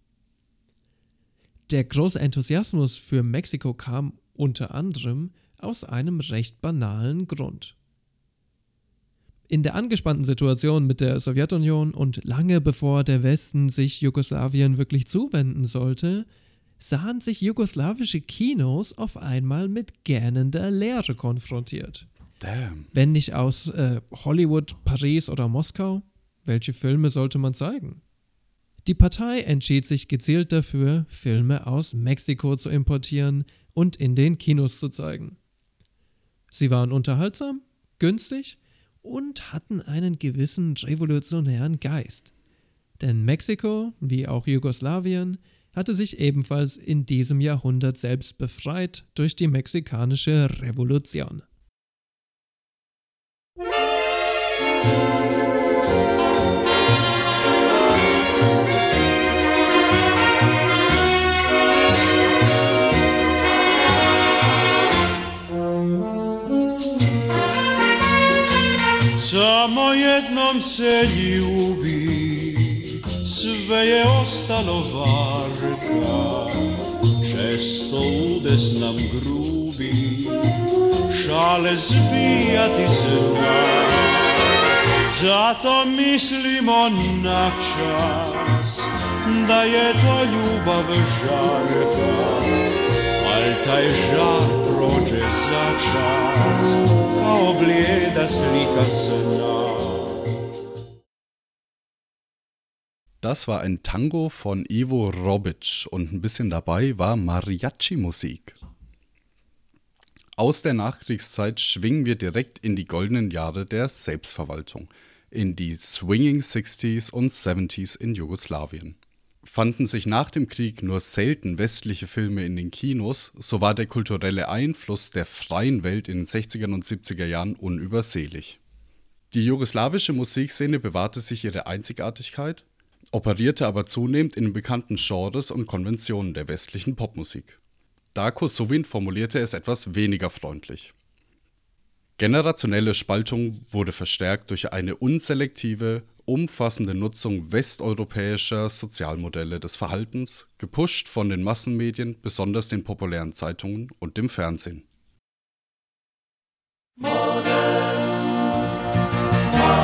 Der große Enthusiasmus für Mexiko kam unter anderem aus einem recht banalen Grund. In der angespannten Situation mit der Sowjetunion und lange bevor der Westen sich Jugoslawien wirklich zuwenden sollte, sahen sich jugoslawische Kinos auf einmal mit gähnender Leere konfrontiert. Damn. Wenn nicht aus Hollywood, Paris oder Moskau, welche Filme sollte man zeigen? Die Partei entschied sich gezielt dafür, Filme aus Mexiko zu importieren und in den Kinos zu zeigen. Sie waren unterhaltsam, günstig und hatten einen gewissen revolutionären Geist. Denn Mexiko, wie auch Jugoslawien, hatte sich ebenfalls in diesem Jahrhundert selbst befreit durch die mexikanische Revolution. Samo jednom se ljubi, sve je ostalo varka, često udes nam grubi, šale zbijati zna. Zato mislimo na čas, da je to ljubav žarka, al taj žar prođe za čas, kao blijeda slika sna. Das war ein Tango von Ivo Robic und ein bisschen dabei war Mariachi-Musik. Aus der Nachkriegszeit schwingen wir direkt in die goldenen Jahre der Selbstverwaltung, in die Swinging 60s und 70s in Jugoslawien. Fanden sich nach dem Krieg nur selten westliche Filme in den Kinos, so war der kulturelle Einfluss der freien Welt in den 60er und 70er Jahren unübersehlich. Die jugoslawische Musikszene bewahrte sich ihre Einzigartigkeit, operierte aber zunehmend in den bekannten Genres und Konventionen der westlichen Popmusik. Darko Suvin formulierte es etwas weniger freundlich. Generationelle Spaltung wurde verstärkt durch eine unselektive, umfassende Nutzung westeuropäischer Sozialmodelle des Verhaltens, gepusht von den Massenmedien, besonders den populären Zeitungen und dem Fernsehen. Morgen,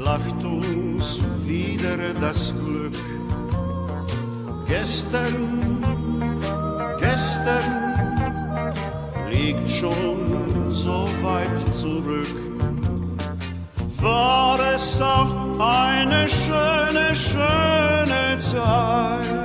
lacht uns wieder das Glück. Gestern liegt schon so weit zurück. War es auch eine schöne, schöne Zeit.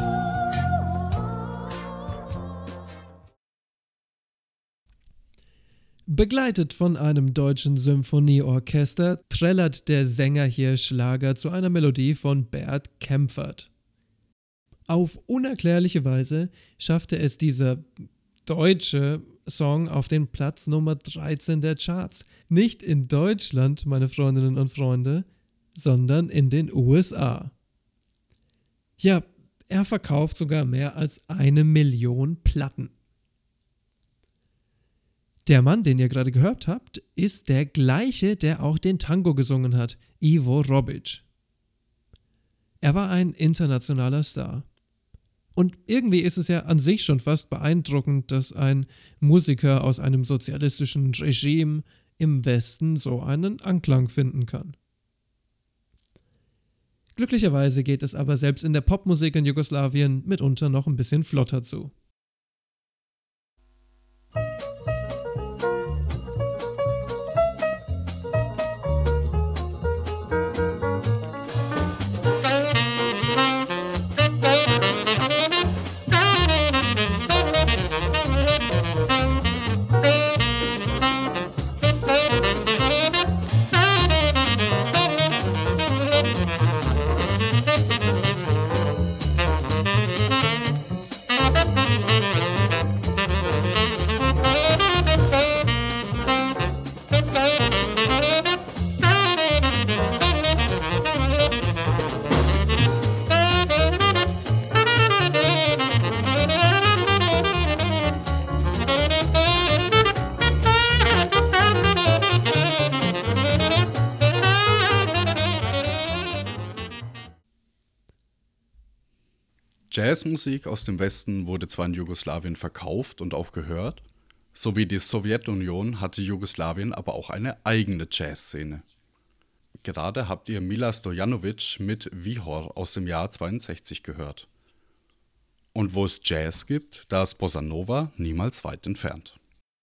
Begleitet von einem deutschen Symphonieorchester trällert der Sänger hier Schlager zu einer Melodie von Bert Kaempfert. Auf unerklärliche Weise schaffte es dieser deutsche Song auf den Platz Nummer 13 der Charts. Nicht in Deutschland, meine Freundinnen und Freunde, sondern in den USA. Ja, er verkauft sogar mehr als 1 Million Platten. Der Mann, den ihr gerade gehört habt, ist der gleiche, der auch den Tango gesungen hat, Ivo Robic. Er war ein internationaler Star. Und irgendwie ist es ja an sich schon fast beeindruckend, dass ein Musiker aus einem sozialistischen Regime im Westen so einen Anklang finden kann. Glücklicherweise geht es aber selbst in der Popmusik in Jugoslawien mitunter noch ein bisschen flotter zu. Jazzmusik aus dem Westen wurde zwar in Jugoslawien verkauft und auch gehört, so wie die Sowjetunion hatte Jugoslawien aber auch eine eigene Jazzszene. Gerade habt ihr Mila Stojanovic mit Vihor aus dem Jahr 62 gehört. Und wo es Jazz gibt, da ist Bossa Nova niemals weit entfernt.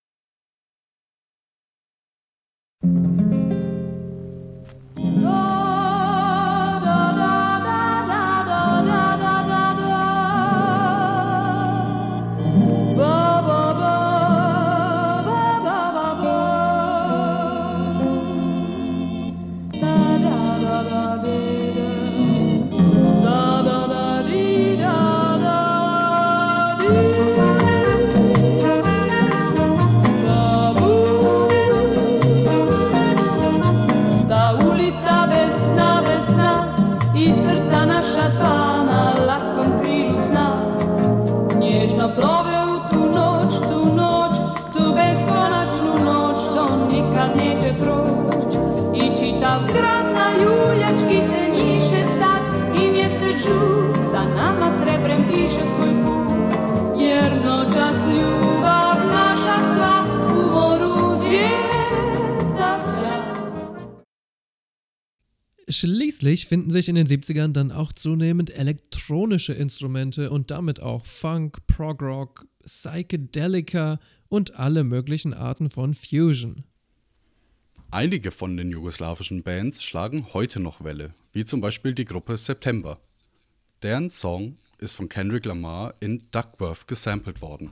Schließlich finden sich in den 70ern dann auch zunehmend elektronische Instrumente und damit auch Funk, Prog-Rock, Psychedelika und alle möglichen Arten von Fusion. Einige von den jugoslawischen Bands schlagen heute noch Welle, wie zum Beispiel die Gruppe September. Deren Song ist von Kendrick Lamar in Duckworth gesampelt worden.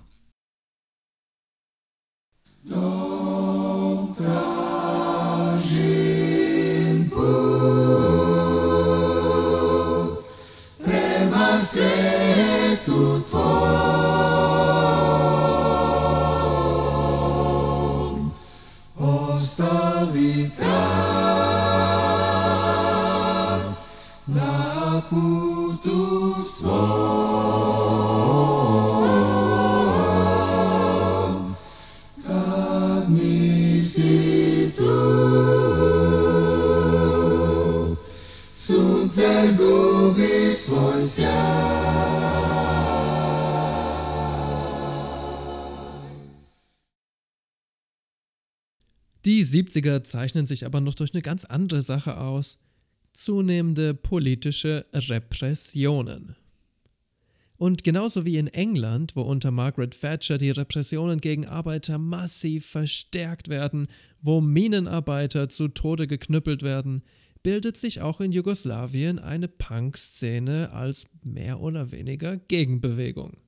Svetu tvom ostavi trag na putu svom kad nisi tu sunce gubi svoj sjaj. Die 70er zeichnen sich aber noch durch eine ganz andere Sache aus: zunehmende politische Repressionen. Und genauso wie in England, wo unter Margaret Thatcher die Repressionen gegen Arbeiter massiv verstärkt werden, wo Minenarbeiter zu Tode geknüppelt werden, bildet sich auch in Jugoslawien eine Punk-Szene als mehr oder weniger Gegenbewegung.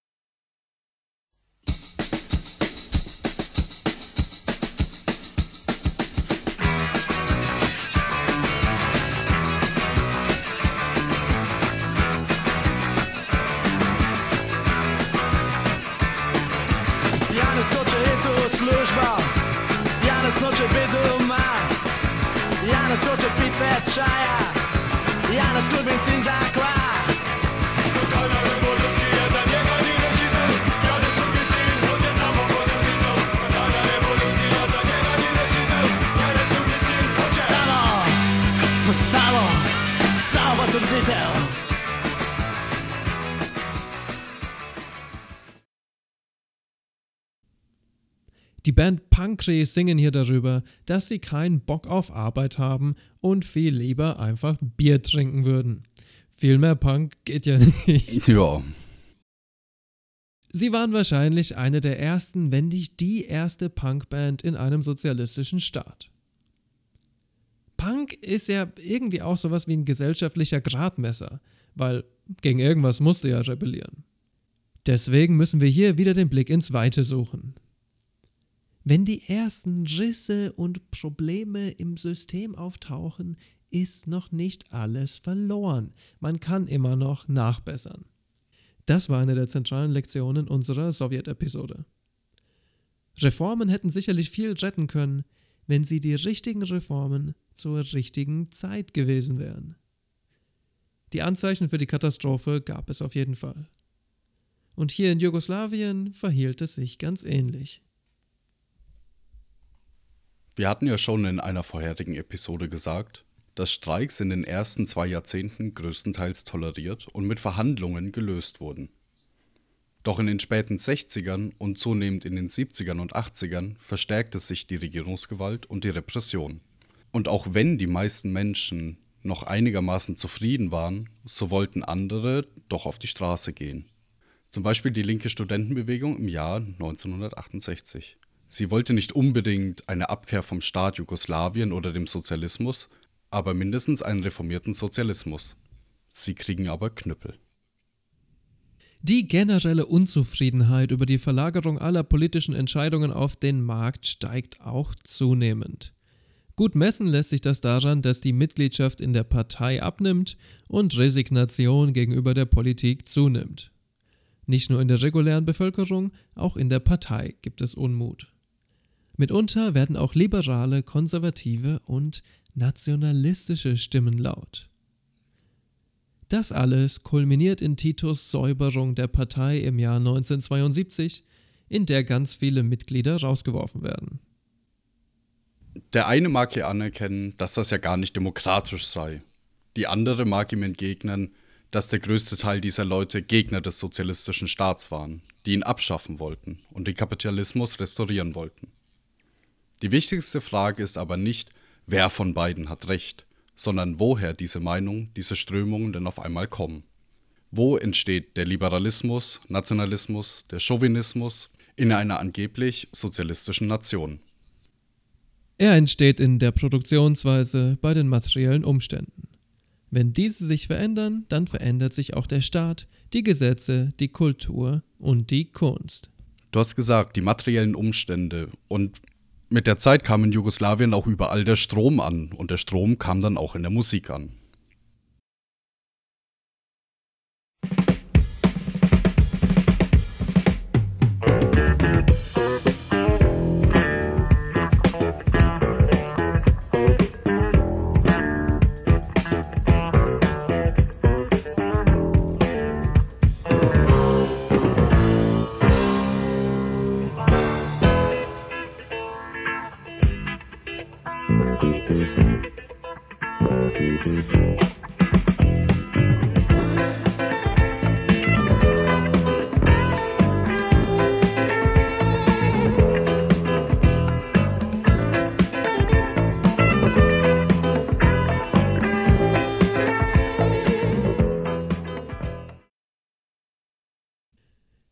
Noche beduma, Janas noche pitvet chaya, Janas klubin sin zakva. Totalna revolucija za njega ni rešite, Janas klubin sin hoće samo podrtito. Totalna revolucija za njega ni rešite, Janas klubin sin hoće samo podrtito. Die Band Punkri singen hier darüber, dass sie keinen Bock auf Arbeit haben und viel lieber einfach Bier trinken würden. Viel mehr Punk geht ja nicht. Ja. Sie waren wahrscheinlich eine der ersten, wenn nicht die erste Punkband in einem sozialistischen Staat. Punk ist ja irgendwie auch sowas wie ein gesellschaftlicher Gradmesser, weil gegen irgendwas musst du ja rebellieren. Deswegen müssen wir hier wieder den Blick ins Weite suchen. Wenn die ersten Risse und Probleme im System auftauchen, ist noch nicht alles verloren. Man kann immer noch nachbessern. Das war eine der zentralen Lektionen unserer Sowjet-Episode. Reformen hätten sicherlich viel retten können, wenn sie die richtigen Reformen zur richtigen Zeit gewesen wären. Die Anzeichen für die Katastrophe gab es auf jeden Fall. Und hier in Jugoslawien verhielt es sich ganz ähnlich. Wir hatten ja schon in einer vorherigen Episode gesagt, dass Streiks in den ersten 2 Jahrzehnten größtenteils toleriert und mit Verhandlungen gelöst wurden. Doch in den späten 60ern und zunehmend in den 70ern und 80ern verstärkte sich die Regierungsgewalt und die Repression. Und auch wenn die meisten Menschen noch einigermaßen zufrieden waren, so wollten andere doch auf die Straße gehen. Zum Beispiel die linke Studentenbewegung im Jahr 1968. Sie wollte nicht unbedingt eine Abkehr vom Staat Jugoslawien oder dem Sozialismus, aber mindestens einen reformierten Sozialismus. Sie kriegen aber Knüppel. Die generelle Unzufriedenheit über die Verlagerung aller politischen Entscheidungen auf den Markt steigt auch zunehmend. Gut messen lässt sich das daran, dass die Mitgliedschaft in der Partei abnimmt und Resignation gegenüber der Politik zunimmt. Nicht nur in der regulären Bevölkerung, auch in der Partei gibt es Unmut. Mitunter werden auch liberale, konservative und nationalistische Stimmen laut. Das alles kulminiert in Titos Säuberung der Partei im Jahr 1972, in der ganz viele Mitglieder rausgeworfen werden. Der eine mag hier anerkennen, dass das ja gar nicht demokratisch sei. Die andere mag ihm entgegnen, dass der größte Teil dieser Leute Gegner des sozialistischen Staats waren, die ihn abschaffen wollten und den Kapitalismus restaurieren wollten. Die wichtigste Frage ist aber nicht, wer von beiden hat recht, sondern woher diese Meinung, diese Strömungen denn auf einmal kommen. Wo entsteht der Liberalismus, Nationalismus, der Chauvinismus in einer angeblich sozialistischen Nation? Er entsteht in der Produktionsweise, bei den materiellen Umständen. Wenn diese sich verändern, dann verändert sich auch der Staat, die Gesetze, die Kultur und die Kunst. Du hast gesagt, die materiellen Umstände, und mit der Zeit kam in Jugoslawien auch überall der Strom an und der Strom kam dann auch in der Musik an.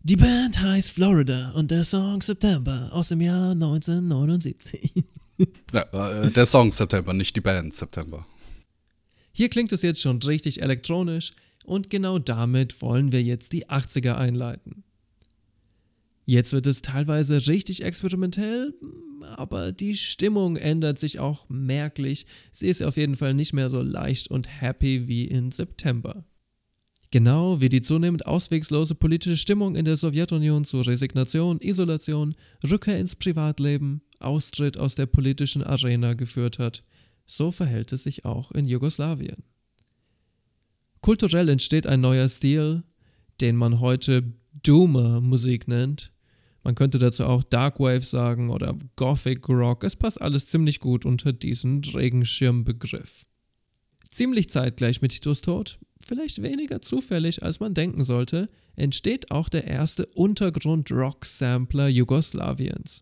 Die Band heißt Florida und der Song September aus dem Jahr 1979. Ja, der Song September, nicht die Band September. Hier klingt es jetzt schon richtig elektronisch und genau damit wollen wir jetzt die 80er einleiten. Jetzt wird es teilweise richtig experimentell, aber die Stimmung ändert sich auch merklich. Sie ist auf jeden Fall nicht mehr so leicht und happy wie in September. Genau wie die zunehmend auswegslose politische Stimmung in der Sowjetunion zu Resignation, Isolation, Rückkehr ins Privatleben, Austritt aus der politischen Arena geführt hat, so verhält es sich auch in Jugoslawien. Kulturell entsteht ein neuer Stil, den man heute Doomer-Musik nennt. Man könnte dazu auch Darkwave sagen oder Gothic Rock. Es passt alles ziemlich gut unter diesen Regenschirmbegriff. Ziemlich zeitgleich mit Titos Tod, vielleicht weniger zufällig als man denken sollte, entsteht auch der erste Untergrund-Rock-Sampler Jugoslawiens.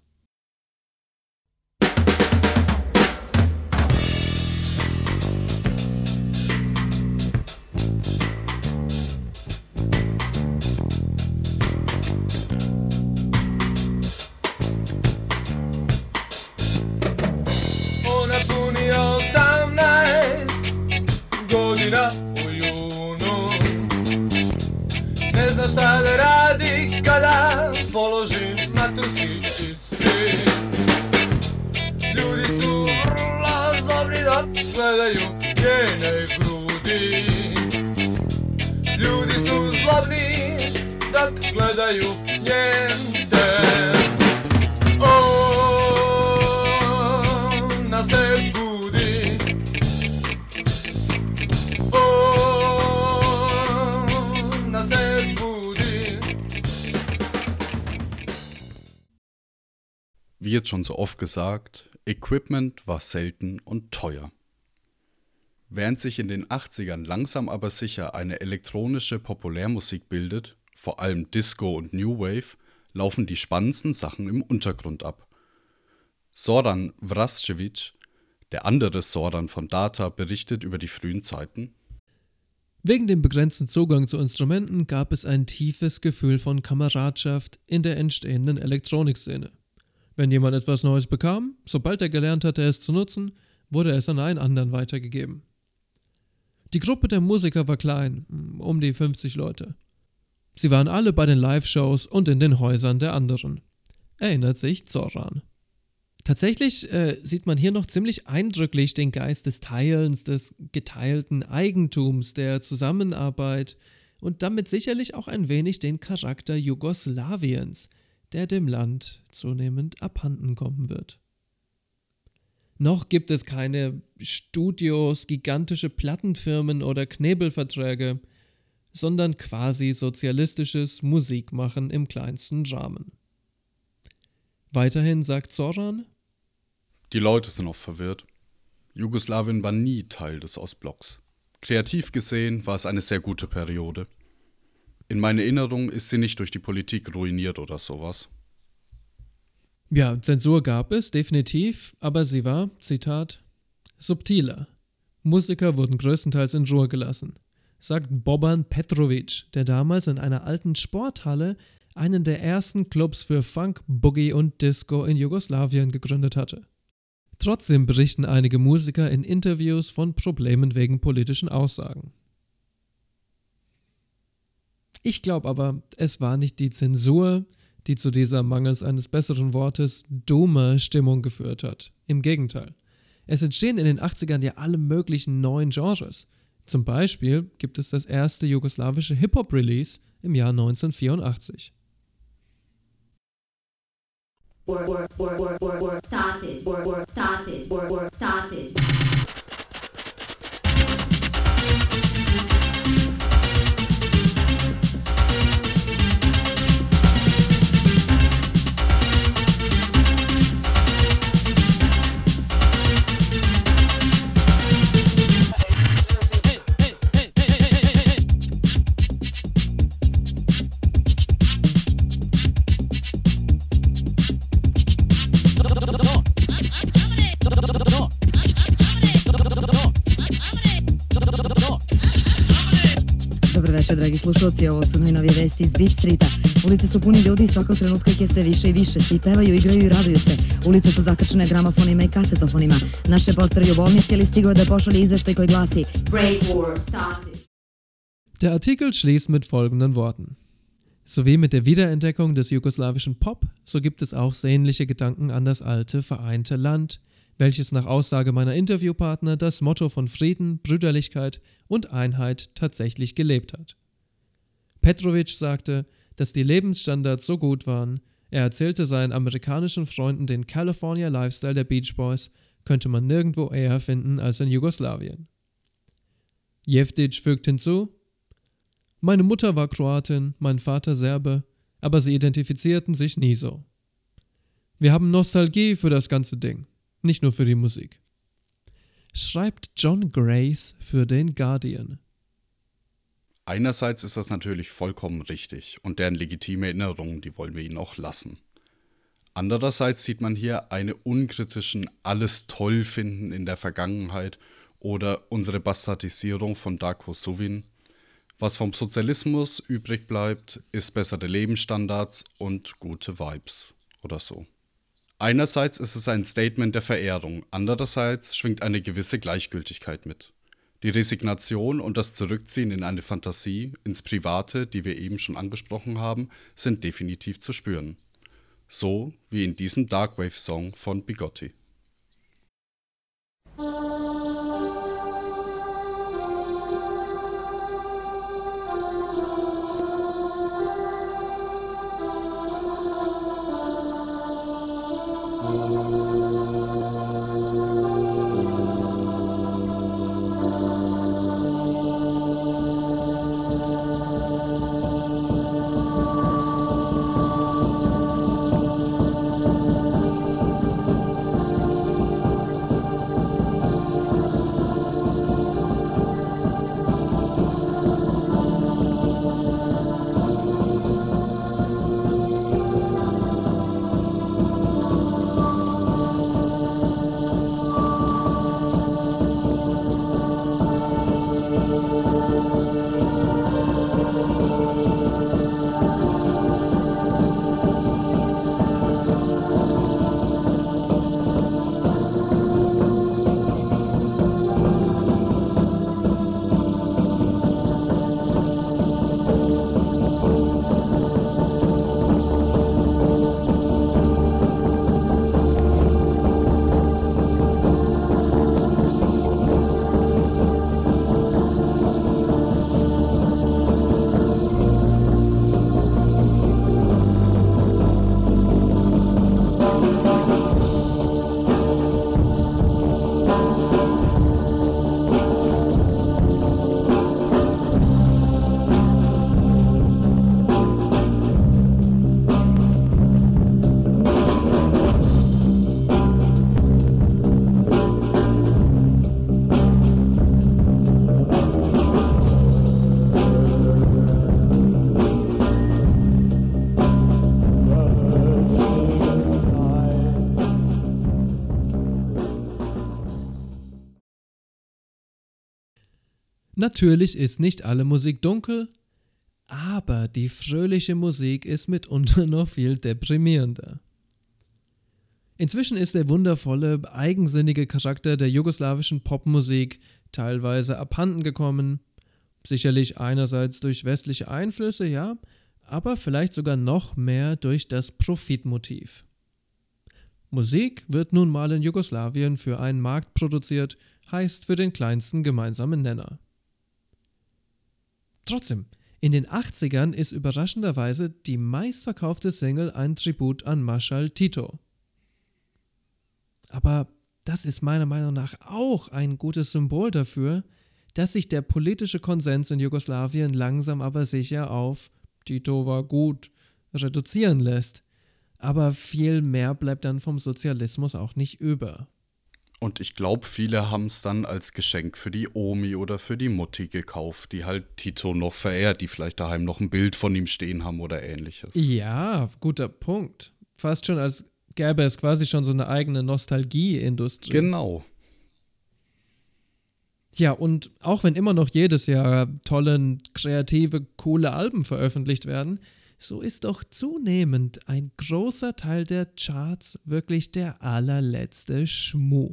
Godina u junu, ne znam šta da radi kada položim maturski ispit. Ljudi su vrlo zlobni dok gledaju njene grudi. Ljudi su zlobni dok gledaju njene. Ona se budi. Wie jetzt schon so oft gesagt, Equipment war selten und teuer. Während sich in den 80ern langsam aber sicher eine elektronische Populärmusik bildet, vor allem Disco und New Wave, laufen die spannendsten Sachen im Untergrund ab. Zoran Vrascevic, der andere Zoran von Data, berichtet über die frühen Zeiten. Wegen dem begrenzten Zugang zu Instrumenten gab es ein tiefes Gefühl von Kameradschaft in der entstehenden Elektronikszene. Wenn jemand etwas Neues bekam, sobald er gelernt hatte, es zu nutzen, wurde es an einen anderen weitergegeben. Die Gruppe der Musiker war klein, um die 50 Leute. Sie waren alle bei den Live-Shows und in den Häusern der anderen, erinnert sich Zoran. Tatsächlich sieht man hier noch ziemlich eindrücklich den Geist des Teilens, des geteilten Eigentums, der Zusammenarbeit und damit sicherlich auch ein wenig den Charakter Jugoslawiens, der dem Land zunehmend abhanden kommen wird. Noch gibt es keine Studios, gigantische Plattenfirmen oder Knebelverträge, sondern quasi sozialistisches Musikmachen im kleinsten Rahmen. Weiterhin sagt Zoran: Die Leute sind oft verwirrt. Jugoslawien war nie Teil des Ostblocks. Kreativ gesehen war es eine sehr gute Periode. In meiner Erinnerung ist sie nicht durch die Politik ruiniert oder sowas. Ja, Zensur gab es, definitiv, aber sie war, Zitat, subtiler. Musiker wurden größtenteils in Ruhe gelassen, sagt Boban Petrovic, der damals in einer alten Sporthalle einen der ersten Clubs für Funk, Boogie und Disco in Jugoslawien gegründet hatte. Trotzdem berichten einige Musiker in Interviews von Problemen wegen politischen Aussagen. Ich glaube aber, es war nicht die Zensur, die zu dieser mangels eines besseren Wortes Doomer-Stimmung geführt hat. Im Gegenteil. Es entstehen in den 80ern ja alle möglichen neuen Genres. Zum Beispiel gibt es das erste jugoslawische Hip-Hop-Release im Jahr 1984. Started. Dragi slušalci, ovo su najnovije vesti iz Big Streeta. Ulice su puni ljudi i svakog trenutka ih je sve više i više. Svi pevaju, igraju i raduju se. Ulice su zakrčene gramofonima i kasetofonima. Naš reporter u bolnici ili stigao da pošalje izveštaj koji glasi Great War started. Der Artikel schließt mit folgenden Worten. So wie mit der Wiederentdeckung des jugoslawischen Pop, so gibt es auch sehnliche Gedanken an das alte, vereinte Land, welches nach Aussage meiner Interviewpartner das Motto von Frieden, Brüderlichkeit und Einheit tatsächlich gelebt hat. Petrovic sagte, dass die Lebensstandards so gut waren, er erzählte seinen amerikanischen Freunden den California Lifestyle der Beach Boys, könnte man nirgendwo eher finden als in Jugoslawien. Jeftic fügt hinzu: Meine Mutter war Kroatin, mein Vater Serbe, aber sie identifizierten sich nie so. Wir haben Nostalgie für das ganze Ding, nicht nur für die Musik. Schreibt John Grace für den Guardian. Einerseits ist das natürlich vollkommen richtig und deren legitime Erinnerungen, die wollen wir ihnen auch lassen. Andererseits sieht man hier eine unkritischen alles toll finden in der Vergangenheit oder unsere Bastardisierung von Darko Suvin. Was vom Sozialismus übrig bleibt, ist bessere Lebensstandards und gute Vibes oder so. Einerseits ist es ein Statement der Verehrung, andererseits schwingt eine gewisse Gleichgültigkeit mit. Die Resignation und das Zurückziehen in eine Fantasie, ins Private, die wir eben schon angesprochen haben, sind definitiv zu spüren. So wie in diesem Darkwave-Song von Bigotti. Natürlich ist nicht alle Musik dunkel, aber die fröhliche Musik ist mitunter noch viel deprimierender. Inzwischen ist der wundervolle, eigensinnige Charakter der jugoslawischen Popmusik teilweise abhanden gekommen, sicherlich einerseits durch westliche Einflüsse, ja, aber vielleicht sogar noch mehr durch das Profitmotiv. Musik wird nun mal in Jugoslawien für einen Markt produziert, heißt für den kleinsten gemeinsamen Nenner. Trotzdem, in den 80ern ist überraschenderweise die meistverkaufte Single ein Tribut an Marschall Tito. Aber das ist meiner Meinung nach auch ein gutes Symbol dafür, dass sich der politische Konsens in Jugoslawien langsam aber sicher auf Tito war gut reduzieren lässt. Aber viel mehr bleibt dann vom Sozialismus auch nicht über. Und ich glaube, viele haben es dann als Geschenk für die Omi oder für die Mutti gekauft, die halt Tito noch verehrt, die vielleicht daheim noch ein Bild von ihm stehen haben oder ähnliches. Ja, guter Punkt. Fast schon als gäbe es quasi schon so eine eigene Nostalgie-Industrie. Genau. Ja, und auch wenn immer noch jedes Jahr tolle, kreative, coole Alben veröffentlicht werden, so ist doch zunehmend ein großer Teil der Charts wirklich der allerletzte Schmuh.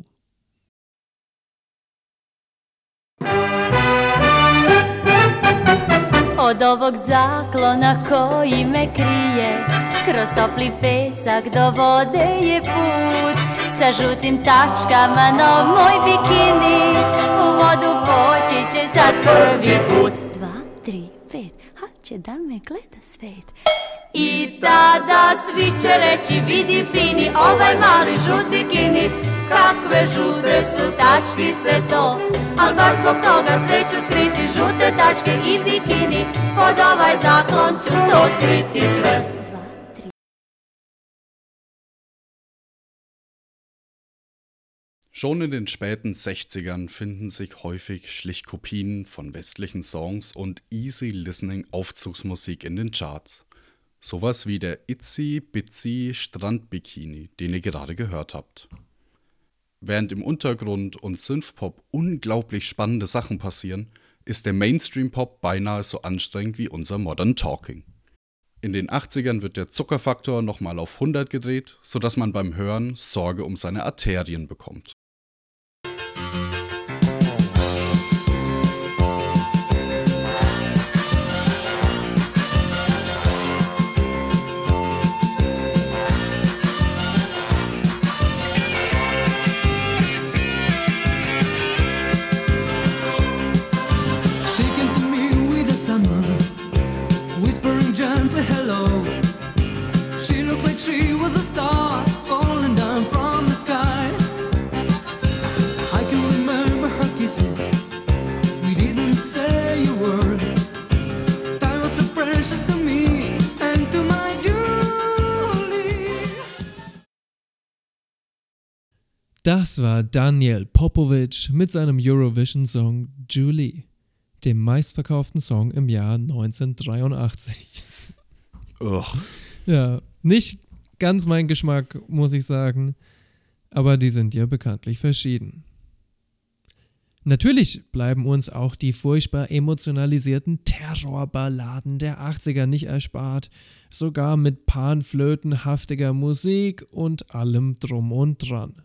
Od ovog zaklona koji me krije, kroz topli pesak do vode je put. Sa žutim tačkama nov moj bikini, u vodu poći će sad prvi put. 2, 3, 5, haće da me gleda svet. I tada svi će reći vidi fini, ovaj mali žut bikini. Kakve žute su tačkice to, al baš zbog toga sve ću skriti žute tačke i bikini. Pod ovaj zaklon ću to skriti sve. Schon in den späten 60ern finden sich häufig Schlichtkopien von westlichen Songs und Easy-Listening-Aufzugsmusik in den Charts. Sowas wie der Itsy Bitsy Strandbikini, den ihr gerade gehört habt. Während im Untergrund und Synthpop unglaublich spannende Sachen passieren, ist der Mainstream-Pop beinahe so anstrengend wie unser Modern Talking. In den 80ern wird der Zuckerfaktor nochmal auf 100 gedreht, sodass man beim Hören Sorge um seine Arterien bekommt. She was a star falling down from the sky. I can remember her kisses. We didn't say a word. Time was so precious to me and to my Julie. Das war Daniel Popovic mit seinem Eurovision-Song Julie, dem meistverkauften Song im Jahr 1983. Ugh. Ja, nicht ganz mein Geschmack, muss ich sagen, aber die sind ja bekanntlich verschieden. Natürlich bleiben uns auch die furchtbar emotionalisierten Terrorballaden der 80er nicht erspart, sogar mit panflötenhaftiger Musik und allem drum und dran.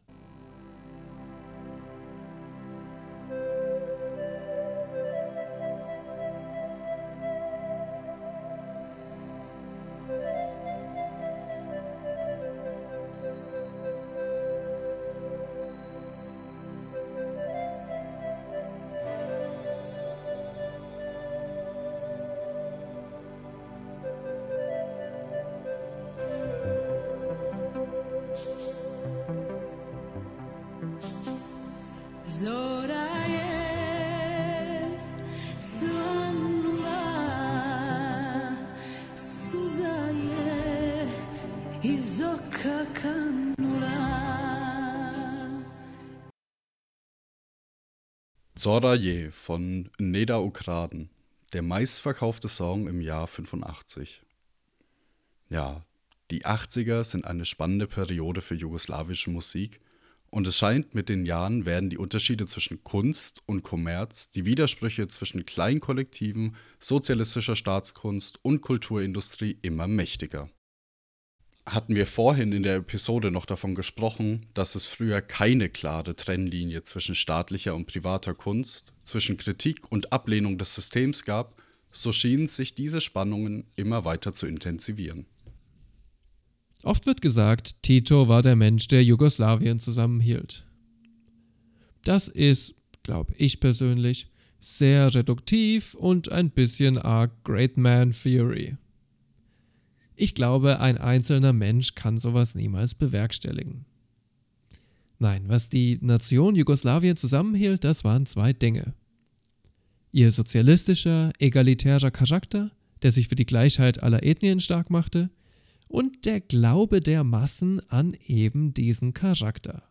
Zoraje von Neda Ukraden, der meistverkaufte Song im Jahr 85. Ja, die 80er sind eine spannende Periode für jugoslawische Musik und es scheint, mit den Jahren werden die Unterschiede zwischen Kunst und Kommerz, die Widersprüche zwischen Kleinkollektiven, sozialistischer Staatskunst und Kulturindustrie immer mächtiger. Hatten wir vorhin in der Episode noch davon gesprochen, dass es früher keine klare Trennlinie zwischen staatlicher und privater Kunst, zwischen Kritik und Ablehnung des Systems gab, so schienen sich diese Spannungen immer weiter zu intensivieren. Oft wird gesagt, Tito war der Mensch, der Jugoslawien zusammenhielt. Das ist, glaube ich persönlich, sehr reduktiv und ein bisschen arg Great Man Theory. Ich glaube, ein einzelner Mensch kann sowas niemals bewerkstelligen. Nein, was die Nation Jugoslawien zusammenhielt, das waren zwei Dinge. Ihr sozialistischer, egalitärer Charakter, der sich für die Gleichheit aller Ethnien stark machte, und der Glaube der Massen an eben diesen Charakter.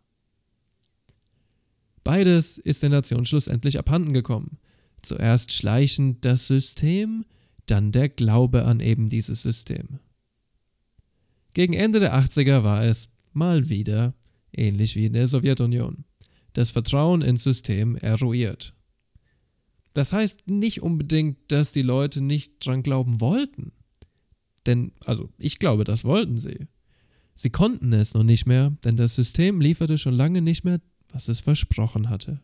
Beides ist der Nation schlussendlich abhanden gekommen. Zuerst schleichend das System, dann der Glaube an eben dieses System. Gegen Ende der 80er war es, mal wieder, ähnlich wie in der Sowjetunion, das Vertrauen ins System eruiert. Das heißt nicht unbedingt, dass die Leute nicht dran glauben wollten. Denn, also ich glaube, das wollten sie. Sie konnten es noch nicht mehr, denn das System lieferte schon lange nicht mehr, was es versprochen hatte.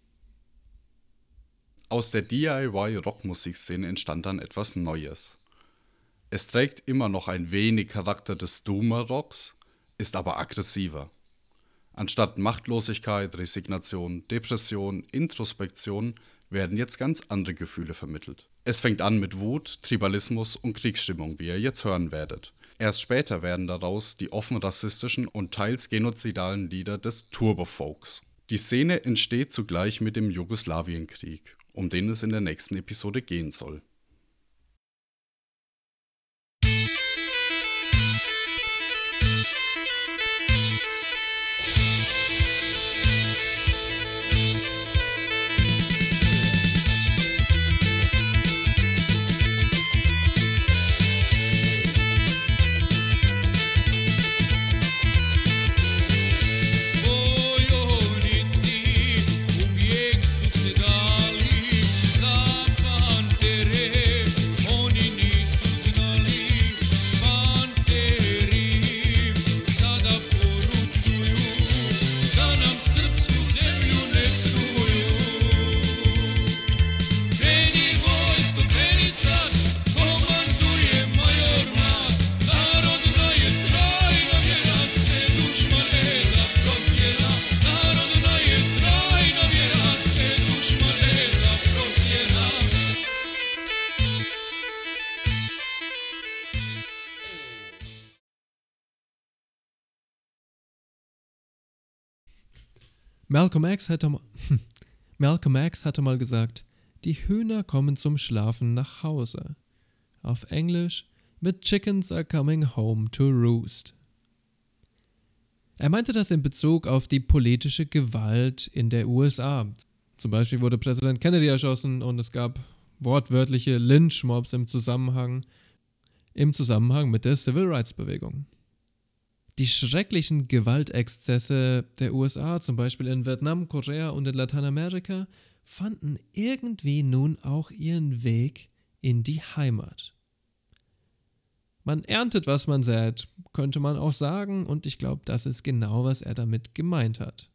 Aus der DIY-Rockmusikszene entstand dann etwas Neues. Es trägt immer noch ein wenig Charakter des Doomer-Rocks, ist aber aggressiver. Anstatt Machtlosigkeit, Resignation, Depression, Introspektion werden jetzt ganz andere Gefühle vermittelt. Es fängt an mit Wut, Tribalismus und Kriegsstimmung, wie ihr jetzt hören werdet. Erst später werden daraus die offen rassistischen und teils genozidalen Lieder des Turbofolks. Die Szene entsteht zugleich mit dem Jugoslawienkrieg, um den es in der nächsten Episode gehen soll. Malcolm X hatte mal gesagt, die Hühner kommen zum Schlafen nach Hause. Auf Englisch, the chickens are coming home to roost. Er meinte das in Bezug auf die politische Gewalt in der USA. Zum Beispiel wurde Präsident Kennedy erschossen und es gab wortwörtliche Lynchmobs im Zusammenhang mit der Civil Rights Bewegung. Die schrecklichen Gewaltexzesse der USA, zum Beispiel in Vietnam, Korea und in Lateinamerika, fanden irgendwie nun auch ihren Weg in die Heimat. Man erntet, was man sät, könnte man auch sagen, und ich glaube, das ist genau, was er damit gemeint hat.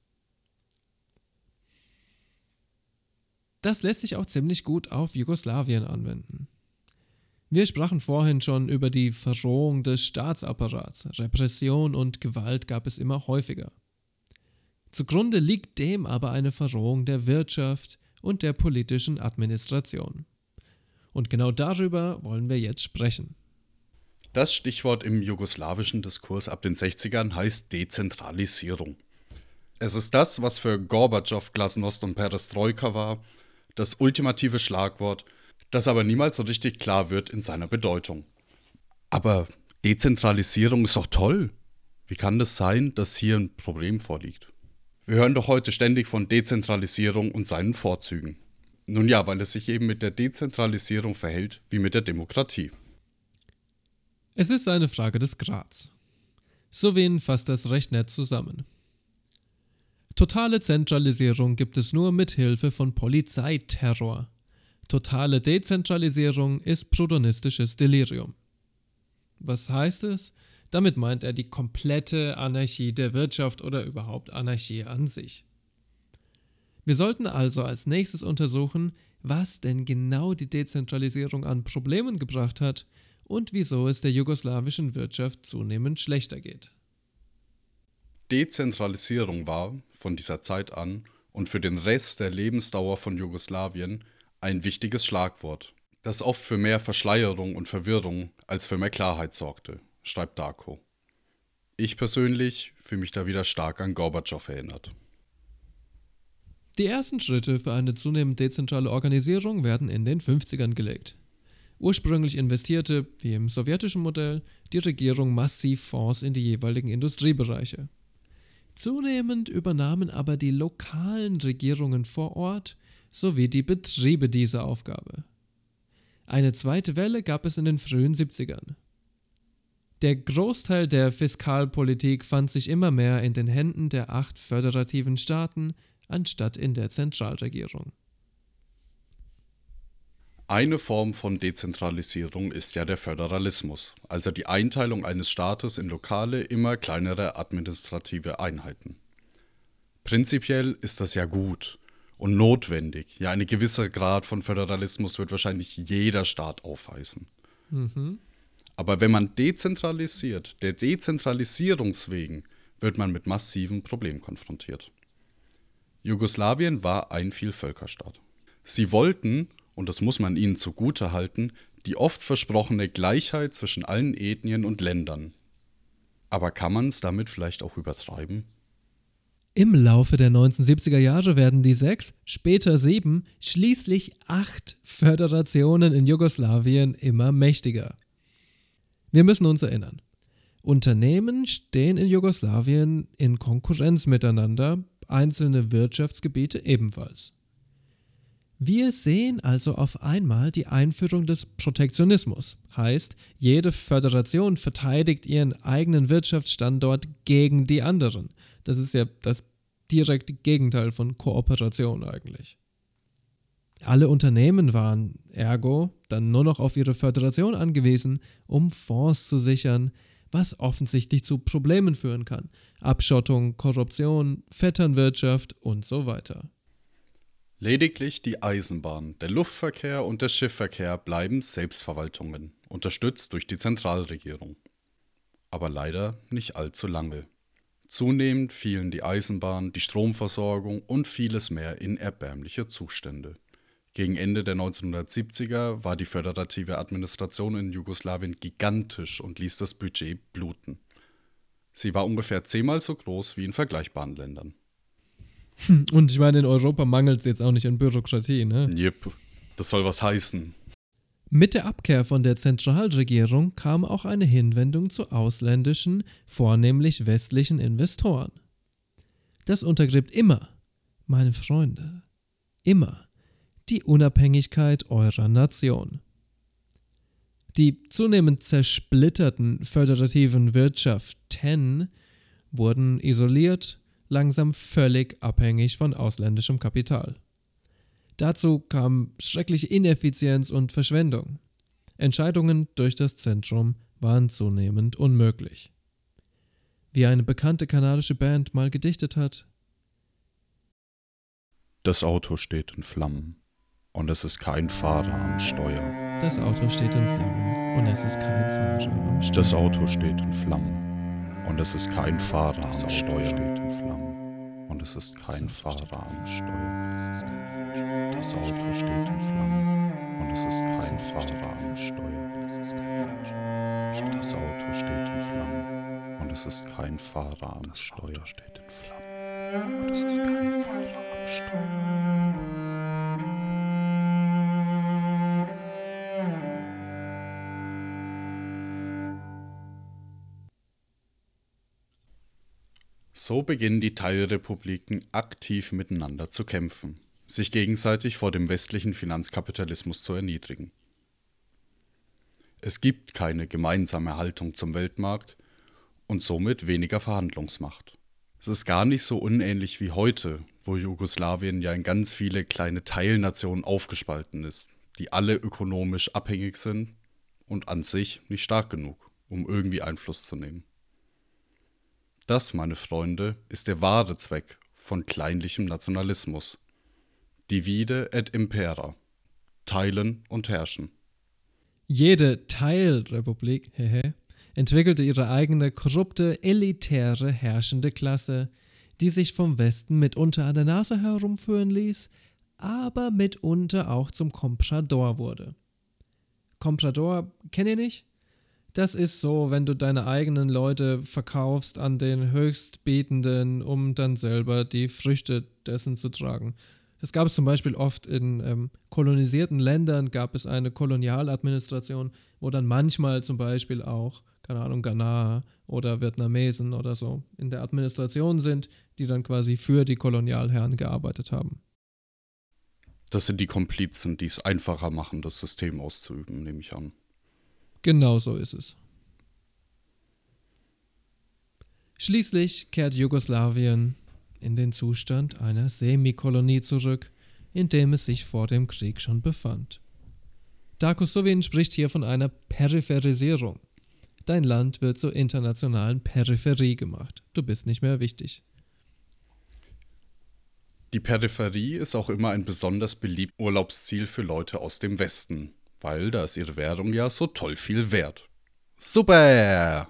Das lässt sich auch ziemlich gut auf Jugoslawien anwenden. Wir sprachen vorhin schon über die Verrohung des Staatsapparats. Repression und Gewalt gab es immer häufiger. Zugrunde liegt dem aber eine Verrohung der Wirtschaft und der politischen Administration. Und genau darüber wollen wir jetzt sprechen. Das Stichwort im jugoslawischen Diskurs ab den 60ern heißt Dezentralisierung. Es ist das, was für Gorbatschow, Glasnost und Perestroika war, das ultimative Schlagwort, das aber niemals so richtig klar wird in seiner Bedeutung. Aber Dezentralisierung ist doch toll. Wie kann das sein, dass hier ein Problem vorliegt? Wir hören doch heute ständig von Dezentralisierung und seinen Vorzügen. Nun ja, weil es sich eben mit der Dezentralisierung verhält wie mit der Demokratie. Es ist eine Frage des Grads. So wen fasst das recht nett zusammen. Totale Zentralisierung gibt es nur mit Hilfe von Polizeiterror. Totale Dezentralisierung ist proudhonistisches Delirium. Was heißt es? Damit meint er die komplette Anarchie der Wirtschaft oder überhaupt Anarchie an sich. Wir sollten also als nächstes untersuchen, was denn genau die Dezentralisierung an Problemen gebracht hat und wieso es der jugoslawischen Wirtschaft zunehmend schlechter geht. Dezentralisierung war von dieser Zeit an und für den Rest der Lebensdauer von Jugoslawien ein wichtiges Schlagwort, das oft für mehr Verschleierung und Verwirrung als für mehr Klarheit sorgte, schreibt Darko. Ich persönlich fühle mich da wieder stark an Gorbatschow erinnert. Die ersten Schritte für eine zunehmend dezentrale Organisierung werden in den 50ern gelegt. Ursprünglich investierte, wie im sowjetischen Modell, die Regierung massiv Fonds in die jeweiligen Industriebereiche. Zunehmend übernahmen aber die lokalen Regierungen vor Ort sowie die Betriebe diese Aufgabe. Eine zweite Welle gab es in den frühen 70ern. Der Großteil der Fiskalpolitik fand sich immer mehr in den Händen der 8 föderativen Staaten anstatt in der Zentralregierung. Eine Form von Dezentralisierung ist ja der Föderalismus, also die Einteilung eines Staates in lokale, immer kleinere administrative Einheiten. Prinzipiell ist das ja gut und notwendig. Ja, ein gewisser Grad von Föderalismus wird wahrscheinlich jeder Staat aufweisen. Aber wenn man dezentralisiert, der Dezentralisierungswegen, wird man mit massiven Problemen konfrontiert. Jugoslawien war ein Vielvölkerstaat. Sie wollten, und das muss man ihnen zugutehalten, die oft versprochene Gleichheit zwischen allen Ethnien und Ländern. Aber kann man es damit vielleicht auch übertreiben? Im Laufe der 1970er Jahre werden die 6, später 7, schließlich 8 Föderationen in Jugoslawien immer mächtiger. Wir müssen uns erinnern. Unternehmen stehen in Jugoslawien in Konkurrenz miteinander, einzelne Wirtschaftsgebiete ebenfalls. Wir sehen also auf einmal die Einführung des Protektionismus. Heißt, jede Föderation verteidigt ihren eigenen Wirtschaftsstandort gegen die anderen. Das ist ja das direkte Gegenteil von Kooperation eigentlich. Alle Unternehmen waren ergo dann nur noch auf ihre Föderation angewiesen, um Fonds zu sichern, was offensichtlich zu Problemen führen kann. Abschottung, Korruption, Vetternwirtschaft und so weiter. Lediglich die Eisenbahn, der Luftverkehr und der Schiffverkehr bleiben Selbstverwaltungen, unterstützt durch die Zentralregierung. Aber leider nicht allzu lange. Zunehmend fielen die Eisenbahn, die Stromversorgung und vieles mehr in erbärmliche Zustände. Gegen Ende der 1970er war die föderative Administration in Jugoslawien gigantisch und ließ das Budget bluten. Sie war ungefähr 10-mal so groß wie in vergleichbaren Ländern. Und ich meine, in Europa mangelt es jetzt auch nicht an Bürokratie, ne? Jep, das soll was heißen. Mit der Abkehr von der Zentralregierung kam auch eine Hinwendung zu ausländischen, vornehmlich westlichen Investoren. Das untergräbt immer, meine Freunde, immer die Unabhängigkeit eurer Nation. Die zunehmend zersplitterten föderativen Wirtschaften wurden isoliert, langsam völlig abhängig von ausländischem Kapital. Dazu kam schreckliche Ineffizienz und Verschwendung. Entscheidungen durch das Zentrum waren zunehmend unmöglich. Wie eine bekannte kanadische Band mal gedichtet hat: Das Auto steht in Flammen und es ist kein Fahrer am Steuer. Das Auto steht in Flammen und es ist kein Fahrer am Steuer. Das Auto steht in Flammen und es ist kein Fahrer am Steuer. Steht in Flammen und es ist kein Fahrer am Steuer. Das Auto steht in Flammen und es ist kein Fahrer am Steuer. Das Auto steht in Flammen und es ist kein Fahrer am Steuer. Steht in Flammen und es ist kein Fahrer am Steuer. So beginnen die Teilrepubliken aktiv miteinander zu kämpfen, sich gegenseitig vor dem westlichen Finanzkapitalismus zu erniedrigen. Es gibt keine gemeinsame Haltung zum Weltmarkt und somit weniger Verhandlungsmacht. Es ist gar nicht so unähnlich wie heute, wo Jugoslawien ja in ganz viele kleine Teilnationen aufgespalten ist, die alle ökonomisch abhängig sind und an sich nicht stark genug, um irgendwie Einfluss zu nehmen. Das, meine Freunde, ist der wahre Zweck von kleinlichem Nationalismus. Divide et impera. Teilen und herrschen. Jede Teilrepublik entwickelte ihre eigene korrupte, elitäre, herrschende Klasse, die sich vom Westen mitunter an der Nase herumführen ließ, aber mitunter auch zum Comprador wurde. Comprador, kennt ihr nicht? Das ist so, wenn du deine eigenen Leute verkaufst an den Höchstbietenden, um dann selber die Früchte dessen zu tragen. Das gab es zum Beispiel oft in kolonisierten Ländern, gab es eine Kolonialadministration, wo dann manchmal zum Beispiel auch, keine Ahnung, Ghana oder Vietnamesen oder so in der Administration sind, die dann quasi für die Kolonialherren gearbeitet haben. Das sind die Komplizen, die es einfacher machen, das System auszuüben, nehme ich an. Genau so ist es. Schließlich kehrt Jugoslawien in den Zustand einer Semikolonie zurück, in dem es sich vor dem Krieg schon befand. Darko Suvin spricht hier von einer Peripherisierung. Dein Land wird zur internationalen Peripherie gemacht. Du bist nicht mehr wichtig. Die Peripherie ist auch immer ein besonders beliebtes Urlaubsziel für Leute aus dem Westen, weil da ist ihre Währung ja so toll viel wert. Super!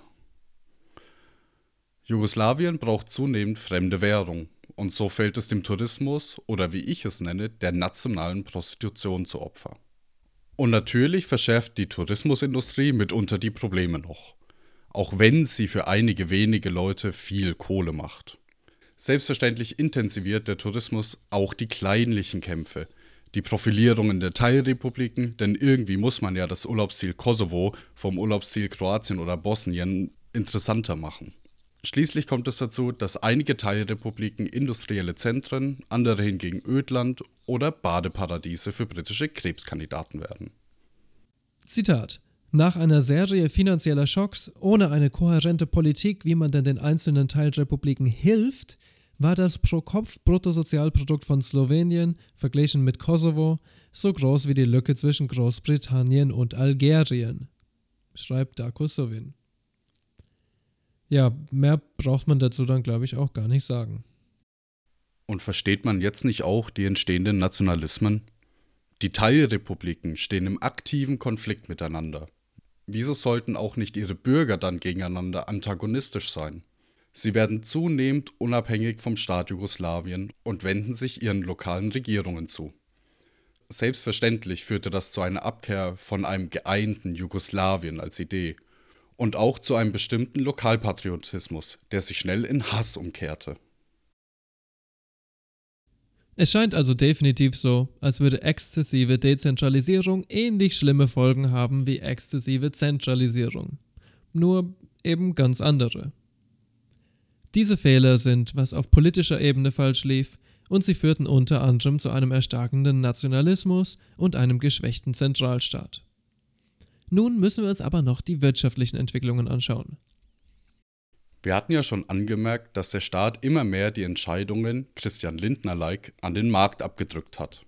Jugoslawien braucht zunehmend fremde Währung und so fällt es dem Tourismus oder wie ich es nenne, der nationalen Prostitution zu Opfer. Und natürlich verschärft die Tourismusindustrie mitunter die Probleme noch, auch wenn sie für einige wenige Leute viel Kohle macht. Selbstverständlich intensiviert der Tourismus auch die kleinlichen Kämpfe, die Profilierungen der Teilrepubliken, denn irgendwie muss man ja das Urlaubsziel Kosovo vom Urlaubsziel Kroatien oder Bosnien interessanter machen. Schließlich kommt es dazu, dass einige Teilrepubliken industrielle Zentren, andere hingegen Ödland oder Badeparadiese für britische Krebskandidaten werden. Zitat: Nach einer Serie finanzieller Schocks ohne eine kohärente Politik, wie man denn den einzelnen Teilrepubliken hilft, war das Pro-Kopf-Bruttosozialprodukt von Slowenien, verglichen mit Kosovo, so groß wie die Lücke zwischen Großbritannien und Algerien, schreibt Darko Suvin. Ja, mehr braucht man dazu dann, glaube ich, auch gar nicht sagen. Und versteht man jetzt nicht auch die entstehenden Nationalismen? Die Teilrepubliken stehen im aktiven Konflikt miteinander. Wieso sollten auch nicht ihre Bürger dann gegeneinander antagonistisch sein? Sie werden zunehmend unabhängig vom Staat Jugoslawien und wenden sich ihren lokalen Regierungen zu. Selbstverständlich führte das zu einer Abkehr von einem geeinten Jugoslawien als Idee und auch zu einem bestimmten Lokalpatriotismus, der sich schnell in Hass umkehrte. Es scheint also definitiv so, als würde exzessive Dezentralisierung ähnlich schlimme Folgen haben wie exzessive Zentralisierung. Nur eben ganz andere. Diese Fehler sind, was auf politischer Ebene falsch lief, und sie führten unter anderem zu einem erstarkenden Nationalismus und einem geschwächten Zentralstaat. Nun müssen wir uns aber noch die wirtschaftlichen Entwicklungen anschauen. Wir hatten ja schon angemerkt, dass der Staat immer mehr die Entscheidungen, Christian Lindner-like, an den Markt abgedrückt hat.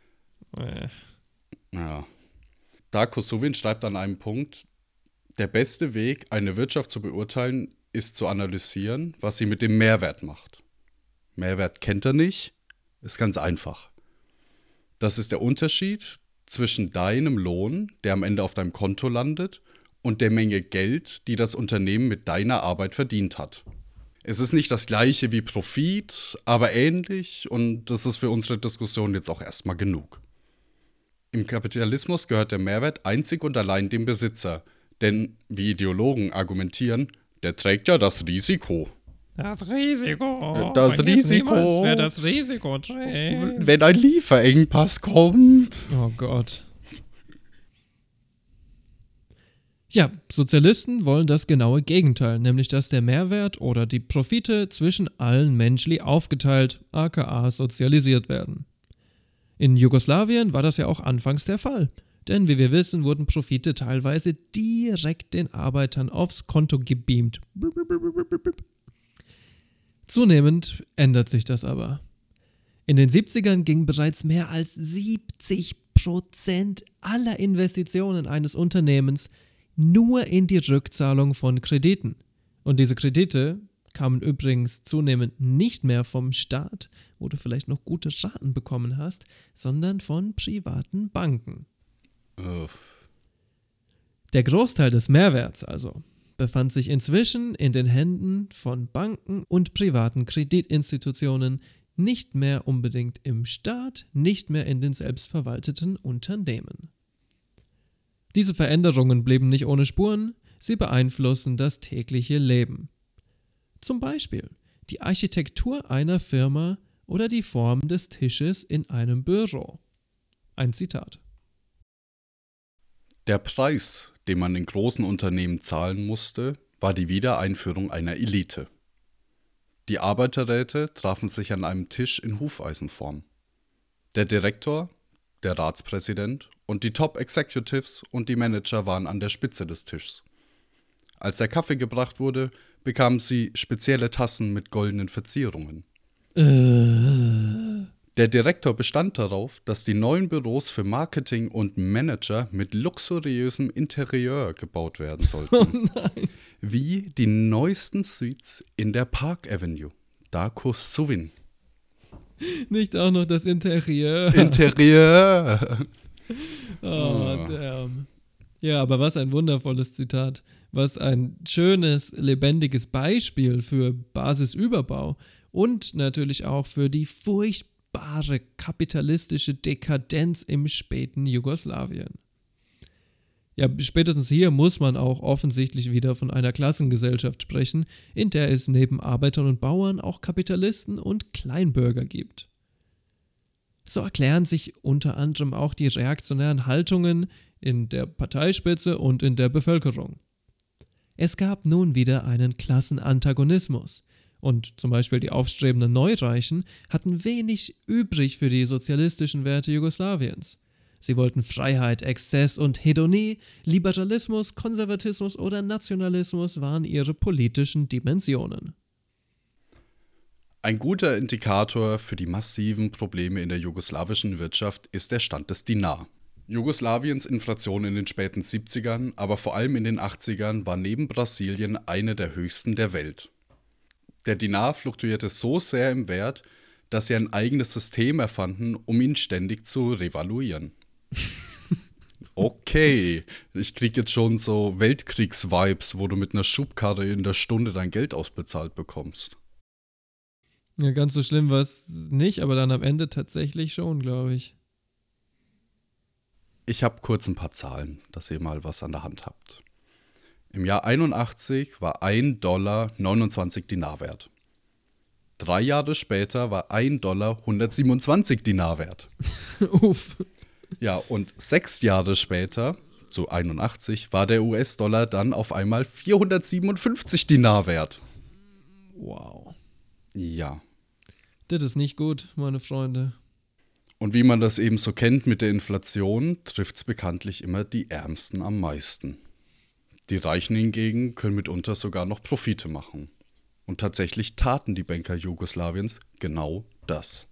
Ja. Darko Suvin schreibt an einem Punkt: Der beste Weg, eine Wirtschaft zu beurteilen, ist zu analysieren, was sie mit dem Mehrwert macht. Mehrwert kennt er nicht, ist ganz einfach. Das ist der Unterschied zwischen deinem Lohn, der am Ende auf deinem Konto landet, und der Menge Geld, die das Unternehmen mit deiner Arbeit verdient hat. Es ist nicht das gleiche wie Profit, aber ähnlich, und das ist für unsere Diskussion jetzt auch erstmal genug. Im Kapitalismus gehört der Mehrwert einzig und allein dem Besitzer, denn, wie Ideologen argumentieren, der trägt ja das Risiko. Das Risiko. Das Risiko. Niemals, wer das Risiko trägt. Wenn ein Lieferengpass kommt. Oh Gott. Ja, Sozialisten wollen das genaue Gegenteil, nämlich dass der Mehrwert oder die Profite zwischen allen menschlich aufgeteilt, aka sozialisiert werden. In Jugoslawien war das ja auch anfangs der Fall, denn wie wir wissen, wurden Profite teilweise direkt den Arbeitern aufs Konto gebeamt. Zunehmend ändert sich das aber. In den 70ern gingen bereits mehr als 70% aller Investitionen eines Unternehmens nur in die Rückzahlung von Krediten. Und diese Kredite kamen übrigens zunehmend nicht mehr vom Staat, wo du vielleicht noch gute Raten bekommen hast, sondern von privaten Banken. Der Großteil des Mehrwerts also befand sich inzwischen in den Händen von Banken und privaten Kreditinstitutionen, nicht mehr unbedingt im Staat, nicht mehr in den selbstverwalteten Unternehmen. Diese Veränderungen blieben nicht ohne Spuren, sie beeinflussen das tägliche Leben. Zum Beispiel die Architektur einer Firma oder die Form des Tisches in einem Büro. Ein Zitat. Der Preis, den man in großen Unternehmen zahlen musste, war die Wiedereinführung einer Elite. Die Arbeiterräte trafen sich an einem Tisch in Hufeisenform. Der Direktor, der Ratspräsident und die Top-Executives und die Manager waren an der Spitze des Tischs. Als der Kaffee gebracht wurde, bekamen sie spezielle Tassen mit goldenen Verzierungen. Der Direktor bestand darauf, dass die neuen Büros für Marketing und Manager mit luxuriösem Interieur gebaut werden sollten. Oh nein. Wie die neuesten Suites in der Park Avenue. Darko Suvin. Nicht auch noch das Interieur. Interieur. Oh, damn. Ja, aber was ein wundervolles Zitat. Was ein schönes, lebendiges Beispiel für Basisüberbau und natürlich auch für die furchtbare kapitalistische Dekadenz im späten Jugoslawien. Ja, spätestens hier muss man auch offensichtlich wieder von einer Klassengesellschaft sprechen, in der es neben Arbeitern und Bauern auch Kapitalisten und Kleinbürger gibt. So erklären sich unter anderem auch die reaktionären Haltungen in der Parteispitze und in der Bevölkerung. Es gab nun wieder einen Klassenantagonismus und zum Beispiel die aufstrebenden Neureichen hatten wenig übrig für die sozialistischen Werte Jugoslawiens. Sie wollten Freiheit, Exzess und Hedonie, Liberalismus, Konservatismus oder Nationalismus waren ihre politischen Dimensionen. Ein guter Indikator für die massiven Probleme in der jugoslawischen Wirtschaft ist der Stand des Dinar. Jugoslawiens Inflation in den späten 70ern, aber vor allem in den 80ern war neben Brasilien eine der höchsten der Welt. Der Dinar fluktuierte so sehr im Wert, dass sie ein eigenes System erfanden, um ihn ständig zu revaluieren. Okay, ich krieg jetzt schon so Weltkriegs-Vibes, wo du mit einer Schubkarre in der Stunde dein Geld ausbezahlt bekommst. Ja, ganz so schlimm war es nicht, aber dann am Ende tatsächlich schon, glaube ich. Ich habe kurz ein paar Zahlen, dass ihr mal was an der Hand habt. Im Jahr 81 war $1 29 Dinar wert. 3 Jahre später war $1 127 Dinar wert. Uff. Ja, und 6 Jahre später, zu 81, war der US-Dollar dann auf einmal 457 Dinar wert. Wow. Ja. Das ist nicht gut, meine Freunde. Und wie man das eben so kennt mit der Inflation, trifft es bekanntlich immer die Ärmsten am meisten. Die Reichen hingegen können mitunter sogar noch Profite machen. Und tatsächlich taten die Banker Jugoslawiens genau das.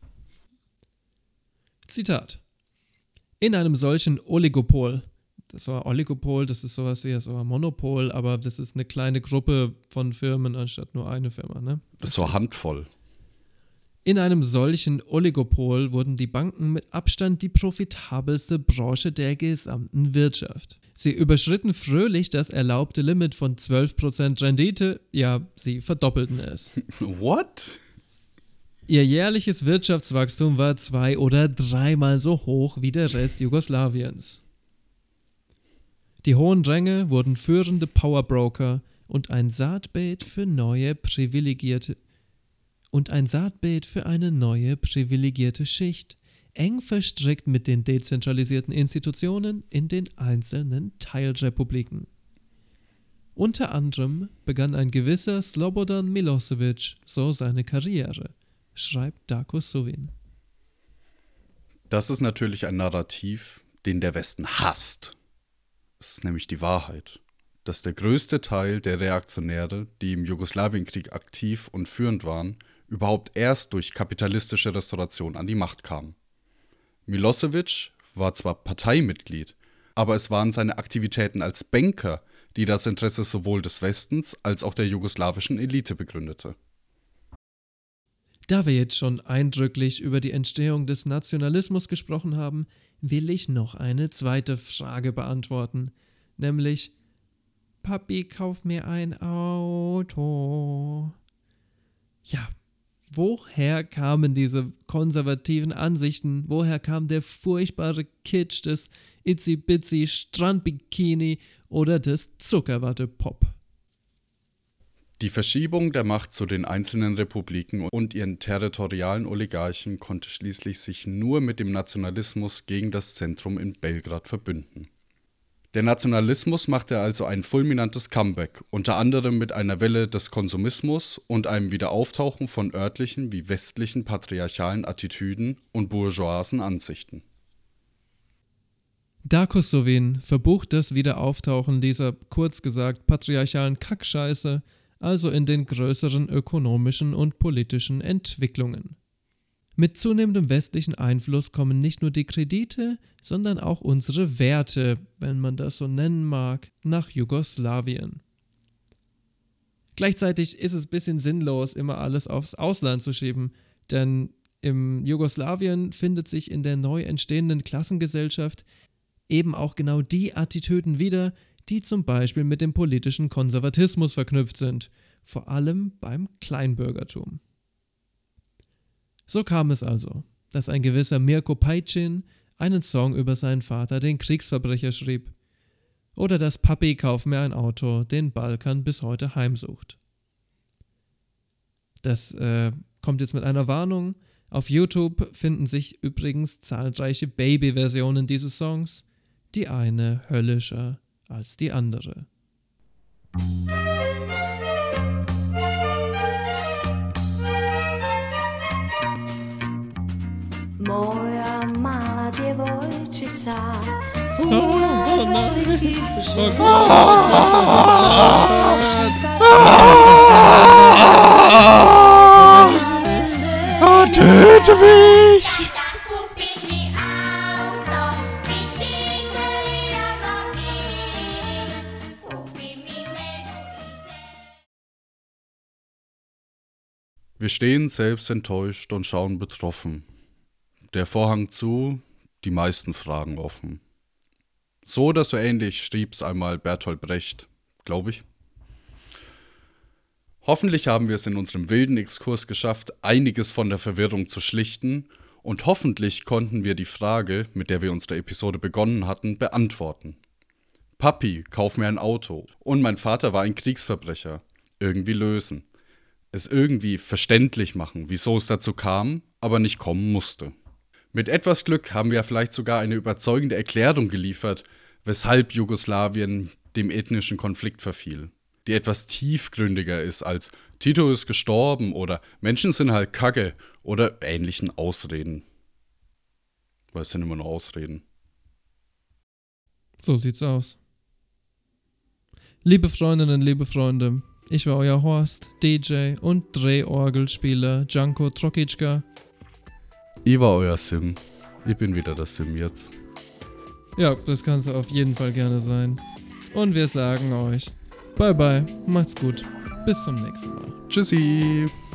Zitat. In einem solchen Oligopol, das war Oligopol, das ist sowas wie so ein Monopol, aber das ist eine kleine Gruppe von Firmen anstatt nur eine Firma, ne? Das ist so eine Handvoll. In einem solchen Oligopol wurden die Banken mit Abstand die profitabelste Branche der gesamten Wirtschaft. Sie überschritten fröhlich das erlaubte Limit von 12% Rendite, ja, sie verdoppelten es. What? Ihr jährliches Wirtschaftswachstum war 2- oder 3-mal so hoch wie der Rest Jugoslawiens. Die hohen Ränge wurden führende Powerbroker und ein Saatbeet für eine neue privilegierte Schicht, eng verstrickt mit den dezentralisierten Institutionen in den einzelnen Teilrepubliken. Unter anderem begann ein gewisser Slobodan Milosevic so seine Karriere, schreibt Darko Suvin. Das ist natürlich ein Narrativ, den der Westen hasst. Das ist nämlich die Wahrheit, dass der größte Teil der Reaktionäre, die im Jugoslawienkrieg aktiv und führend waren, überhaupt erst durch kapitalistische Restauration an die Macht kamen. Milosevic war zwar Parteimitglied, aber es waren seine Aktivitäten als Banker, die das Interesse sowohl des Westens als auch der jugoslawischen Elite begründete. Da wir jetzt schon eindrücklich über die Entstehung des Nationalismus gesprochen haben, will ich noch eine zweite Frage beantworten, nämlich: Papi, kauf mir ein Auto. Ja, woher kamen diese konservativen Ansichten? Woher kam der furchtbare Kitsch des Itzy-Bitsy Strandbikini oder des Zuckerwatte-Pop? Die Verschiebung der Macht zu den einzelnen Republiken und ihren territorialen Oligarchen konnte schließlich sich nur mit dem Nationalismus gegen das Zentrum in Belgrad verbünden. Der Nationalismus machte also ein fulminantes Comeback, unter anderem mit einer Welle des Konsumismus und einem Wiederauftauchen von örtlichen wie westlichen patriarchalen Attitüden und bourgeoisen Ansichten. Darko Suvin verbucht das Wiederauftauchen dieser, kurz gesagt, patriarchalen Kackscheiße also in den größeren ökonomischen und politischen Entwicklungen. Mit zunehmendem westlichen Einfluss kommen nicht nur die Kredite, sondern auch unsere Werte, wenn man das so nennen mag, nach Jugoslawien. Gleichzeitig ist es ein bisschen sinnlos, immer alles aufs Ausland zu schieben, denn im Jugoslawien findet sich in der neu entstehenden Klassengesellschaft eben auch genau die Attitüden wieder, die zum Beispiel mit dem politischen Konservatismus verknüpft sind, vor allem beim Kleinbürgertum. So kam es also, dass ein gewisser Mirko Pajcin einen Song über seinen Vater, den Kriegsverbrecher, schrieb. Oder dass Papi, kauf mir ein Auto, den Balkan bis heute heimsucht. Das kommt jetzt mit einer Warnung. Auf YouTube finden sich übrigens zahlreiche Baby-Versionen dieses Songs, die eine höllischer als die andere. Moja mala djevojčica, Töte mich! Wir stehen selbst enttäuscht und schauen betroffen. Der Vorhang zu, die meisten Fragen offen. So oder so ähnlich schrieb's einmal Bertolt Brecht, glaube ich. Hoffentlich haben wir es in unserem wilden Exkurs geschafft, einiges von der Verwirrung zu schlichten und hoffentlich konnten wir die Frage, mit der wir unsere Episode begonnen hatten, beantworten. Papi, kauf mir ein Auto und mein Vater war ein Kriegsverbrecher. Irgendwie lösen. Es irgendwie verständlich machen, wieso es dazu kam, aber nicht kommen musste. Mit etwas Glück haben wir vielleicht sogar eine überzeugende Erklärung geliefert, weshalb Jugoslawien dem ethnischen Konflikt verfiel, die etwas tiefgründiger ist als Tito ist gestorben oder Menschen sind halt Kacke oder ähnlichen Ausreden. Weil es sind immer nur Ausreden. So sieht's aus. Liebe Freundinnen, liebe Freunde, ich war euer Horst, DJ und Drehorgelspieler Janko Trokitschka. Ich war euer Sim. Ich bin wieder das Sim jetzt. Ja, das kannst du auf jeden Fall gerne sein. Und wir sagen euch, bye bye, macht's gut, bis zum nächsten Mal. Tschüssi.